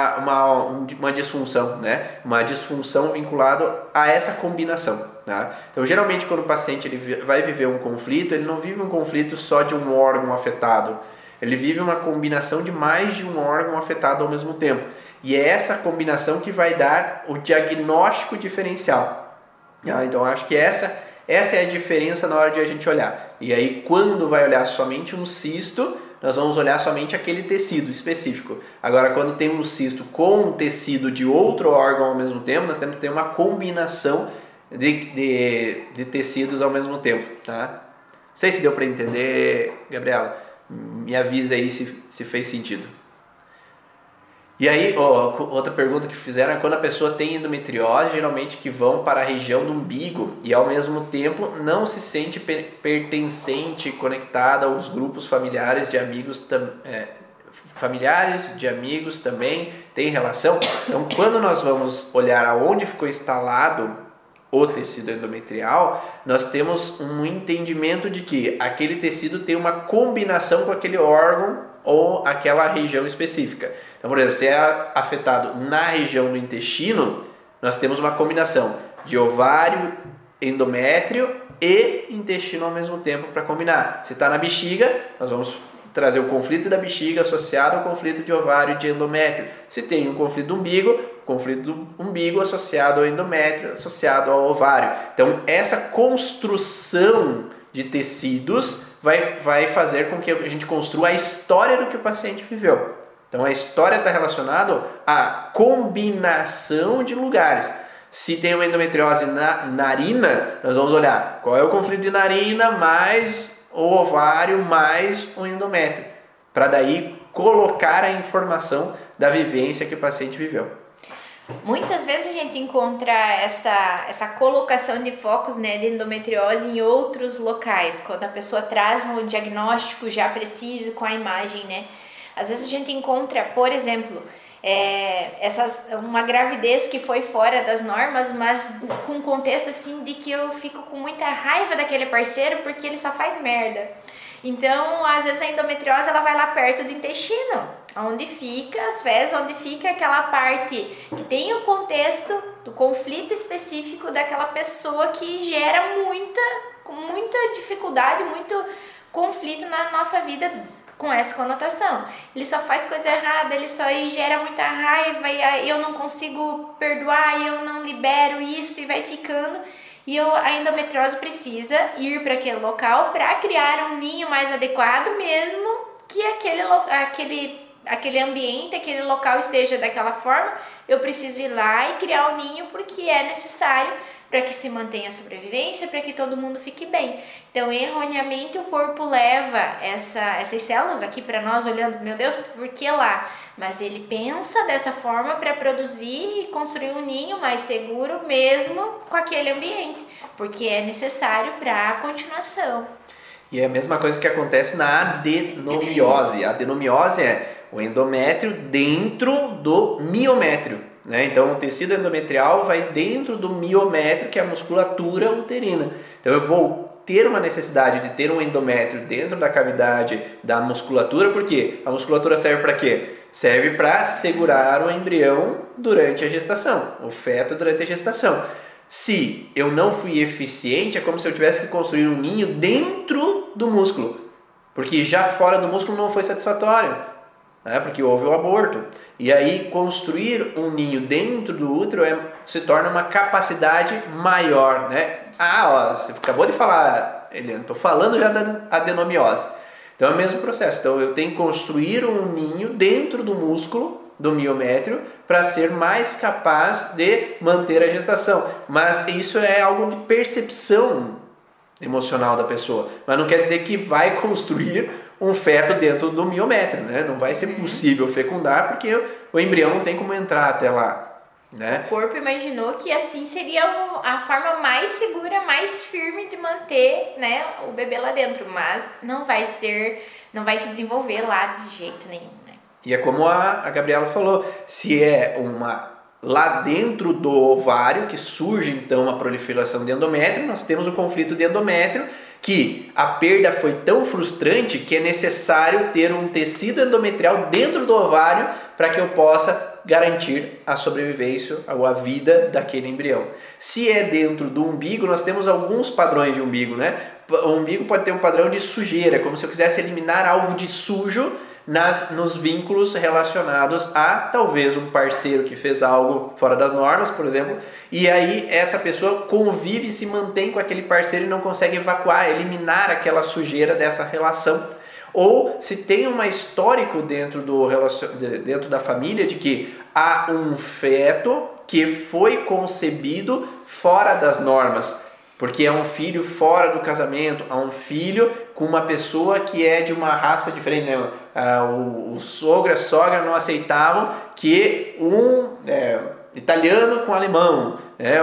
[SPEAKER 2] uma disfunção, né? Uma disfunção vinculada a essa combinação. Tá? Então, geralmente, quando o paciente ele vai viver um conflito, ele não vive um conflito só de um órgão afetado. Ele vive uma combinação de mais de um órgão afetado ao mesmo tempo. E é essa combinação que vai dar o diagnóstico diferencial. Tá? Então, acho que essa é a diferença na hora de a gente olhar. E aí, quando vai olhar somente um cisto, nós vamos olhar somente aquele tecido específico. Agora, quando tem um cisto com um tecido de outro órgão ao mesmo tempo, nós temos que ter uma combinação de tecidos ao mesmo tempo. Tá? Não sei se deu para entender, Gabriela. Me avisa aí se fez sentido. E aí, outra pergunta que fizeram é quando a pessoa tem endometriose, geralmente que vão para a região do umbigo e ao mesmo tempo não se sente pertencente, conectada aos grupos familiares de amigos, familiares de amigos também tem relação. Então, quando nós vamos olhar aonde ficou instalado o tecido endometrial, nós temos um entendimento de que aquele tecido tem uma combinação com aquele órgão ou aquela região específica. Então, por exemplo, se é afetado na região do intestino, nós temos uma combinação de ovário, endométrio e intestino ao mesmo tempo para combinar. Se está na bexiga, nós vamos trazer o conflito da bexiga associado ao conflito de ovário e de endométrio. Se tem um conflito do umbigo, conflito do umbigo associado ao endométrio, associado ao ovário. Então, essa construção de tecidos vai fazer com que a gente construa a história do que o paciente viveu. Então a história está relacionada à combinação de lugares. Se tem uma endometriose na narina, nós vamos olhar qual é o conflito de narina mais o ovário mais o endométrio, para daí colocar a informação da vivência que o paciente viveu.
[SPEAKER 1] Muitas vezes a gente encontra essa colocação de focos, né, de endometriose em outros locais, quando a pessoa traz um diagnóstico já preciso com a imagem, né? Às vezes a gente encontra, por exemplo, uma gravidez que foi fora das normas, mas com um contexto assim de que eu fico com muita raiva daquele parceiro porque ele só faz merda. Então, às vezes a endometriose ela vai lá perto do intestino, onde fica as fezes, onde fica aquela parte que tem o contexto do conflito específico daquela pessoa que gera muita dificuldade, muito conflito na nossa vida com essa conotação. Ele só faz coisa errada, ele só gera muita raiva e eu não consigo perdoar, e eu não libero isso e vai ficando. E a endometriose precisa ir para aquele local para criar um ninho mais adequado, mesmo que aquele ambiente, aquele local esteja daquela forma. Eu preciso ir lá e criar o ninho porque é necessário para que se mantenha a sobrevivência, para que todo mundo fique bem. Então, erroneamente, o corpo leva essas células aqui para nós, olhando, meu Deus, por que lá? Mas ele pensa dessa forma para produzir e construir um ninho mais seguro, mesmo com aquele ambiente, porque é necessário para a continuação.
[SPEAKER 2] E é a mesma coisa que acontece na adenomiose. A adenomiose é o endométrio dentro do miométrio. Então, o tecido endometrial vai dentro do miométrio, que é a musculatura uterina. Então, eu vou ter uma necessidade de ter um endométrio dentro da cavidade da musculatura, porque a musculatura serve para quê? Serve para segurar o embrião durante a gestação, o feto durante a gestação. Se eu não fui eficiente, é como se eu tivesse que construir um ninho dentro do músculo, porque já fora do músculo não foi satisfatório. Porque houve o aborto. E aí construir um ninho dentro do útero se torna uma capacidade maior, né? Você acabou de falar, Eliana, estou falando já da adenomiose. Então é o mesmo processo. Então eu tenho que construir um ninho dentro do músculo, do miométrio, para ser mais capaz de manter a gestação. Mas isso é algo de percepção emocional da pessoa. Mas não quer dizer que vai construir um feto dentro do miométrio, né? Não vai ser possível fecundar porque o embrião não tem como entrar até lá, né?
[SPEAKER 1] O corpo imaginou que assim seria a forma mais segura, mais firme de manter, né, o bebê lá dentro, mas não vai se desenvolver lá de jeito nenhum, né?
[SPEAKER 2] E é como a Gabriela falou, se é lá dentro do ovário que surge então a proliferação de endométrio, nós temos o conflito de endométrio, que a perda foi tão frustrante que é necessário ter um tecido endometrial dentro do ovário para que eu possa garantir a sobrevivência ou a vida daquele embrião. Se é dentro do umbigo, nós temos alguns padrões de umbigo, né? O umbigo pode ter um padrão de sujeira, como se eu quisesse eliminar algo de sujo nos vínculos relacionados a talvez um parceiro que fez algo fora das normas, por exemplo, e aí essa pessoa convive e se mantém com aquele parceiro e não consegue evacuar, eliminar aquela sujeira dessa relação. Ou se tem um histórico dentro da família de que há um feto que foi concebido fora das normas, porque é um filho fora do casamento, é um filho com uma pessoa que é de uma raça diferente, né? O sogro e a sogra não aceitavam que um italiano com alemão,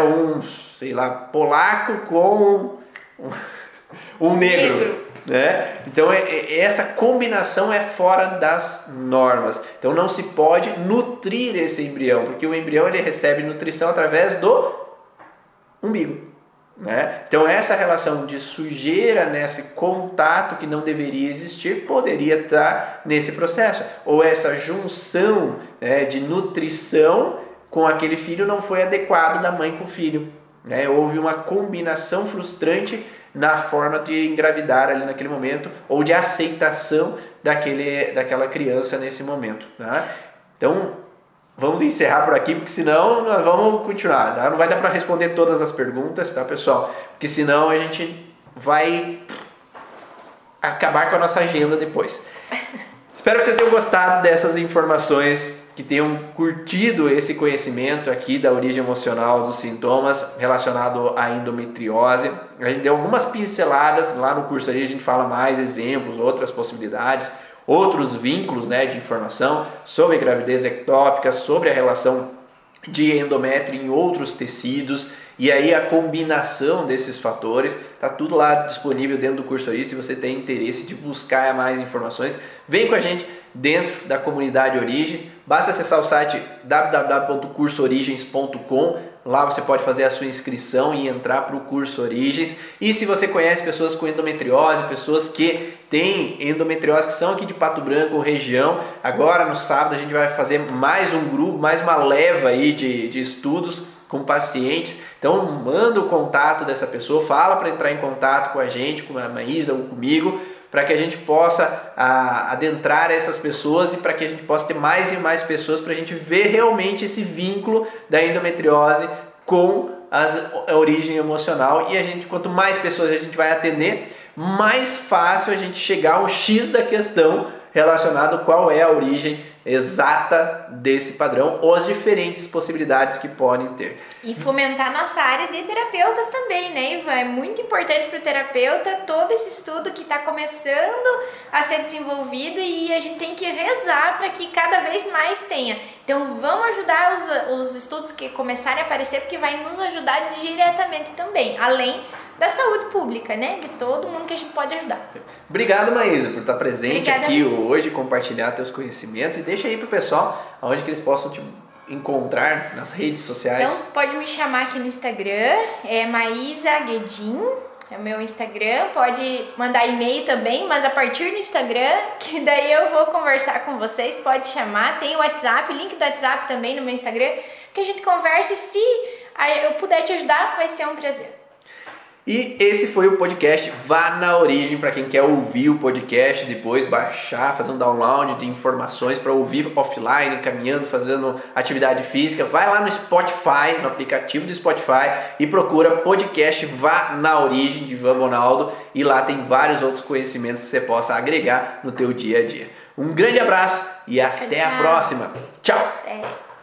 [SPEAKER 2] polaco com um negro. Né? Então essa combinação é fora das normas. Então não se pode nutrir esse embrião, porque o embrião ele recebe nutrição através do umbigo. Né? Então essa relação de sujeira, nesse contato que não deveria existir, poderia estar nesse processo, ou essa junção, né, de nutrição com aquele filho não foi adequado da mãe com o filho, né? Houve uma combinação frustrante na forma de engravidar ali naquele momento, ou de aceitação daquela criança nesse momento, né? Então vamos encerrar por aqui, porque senão nós vamos continuar, tá? Não vai dar para responder todas as perguntas, tá, pessoal? Porque senão a gente vai acabar com a nossa agenda depois. Espero que vocês tenham gostado dessas informações, que tenham curtido esse conhecimento aqui da origem emocional dos sintomas relacionado à endometriose. A gente deu algumas pinceladas lá no curso ali, a gente fala mais exemplos, outras possibilidades, outros vínculos, né, de informação sobre gravidez ectópica, sobre a relação de endométrio em outros tecidos, e aí a combinação desses fatores, tá tudo lá disponível dentro do curso aí. Se você tem interesse de buscar mais informações, vem com a gente dentro da comunidade Origens. Basta acessar o site www.cursoorigens.com. Lá você pode fazer a sua inscrição e entrar para o curso Origens. E se você conhece pessoas com endometriose, pessoas que têm endometriose, que são aqui de Pato Branco, região, agora no sábado a gente vai fazer mais um grupo, mais uma leva aí de estudos com pacientes. Então manda o contato dessa pessoa, fala para entrar em contato com a gente, com a Maísa ou comigo, para que a gente possa adentrar essas pessoas e para que a gente possa ter mais e mais pessoas, para a gente ver realmente esse vínculo da endometriose com a origem emocional. E a gente, quanto mais pessoas a gente vai atender, mais fácil a gente chegar ao X da questão relacionado qual é a origem exata desse padrão ou as diferentes possibilidades que podem ter.
[SPEAKER 1] E fomentar nossa área de terapeutas também, né, Ivan? É muito importante para o terapeuta todo esse estudo que está começando a ser desenvolvido, e a gente tem que rezar para que cada vez mais tenha. Então vamos ajudar os estudos que começarem a aparecer, porque vai nos ajudar diretamente também, além da saúde pública, né? De todo mundo que a gente pode ajudar.
[SPEAKER 2] Obrigado, Maísa, por estar presente.
[SPEAKER 1] Obrigada
[SPEAKER 2] aqui hoje, compartilhar teus conhecimentos, e deixa aí pro pessoal aonde que eles possam te encontrar nas redes sociais.
[SPEAKER 1] Então pode me chamar aqui no Instagram, é Maísa Guedin, é o meu Instagram. Pode mandar e-mail também, mas a partir do Instagram, que daí eu vou conversar com vocês. Pode chamar, tem o WhatsApp, link do WhatsApp também no meu Instagram, que a gente converse. Se eu puder te ajudar, vai ser um prazer.
[SPEAKER 2] E esse foi o podcast Vá na Origem, para quem quer ouvir o podcast, depois baixar, fazer um download de informações para ouvir offline, caminhando, fazendo atividade física. Vai lá no Spotify, no aplicativo do Spotify, e procura podcast Vá na Origem de Ivan Bonaldo, e lá tem vários outros conhecimentos que você possa agregar no teu dia a dia. Um grande abraço e até a próxima. Tchau!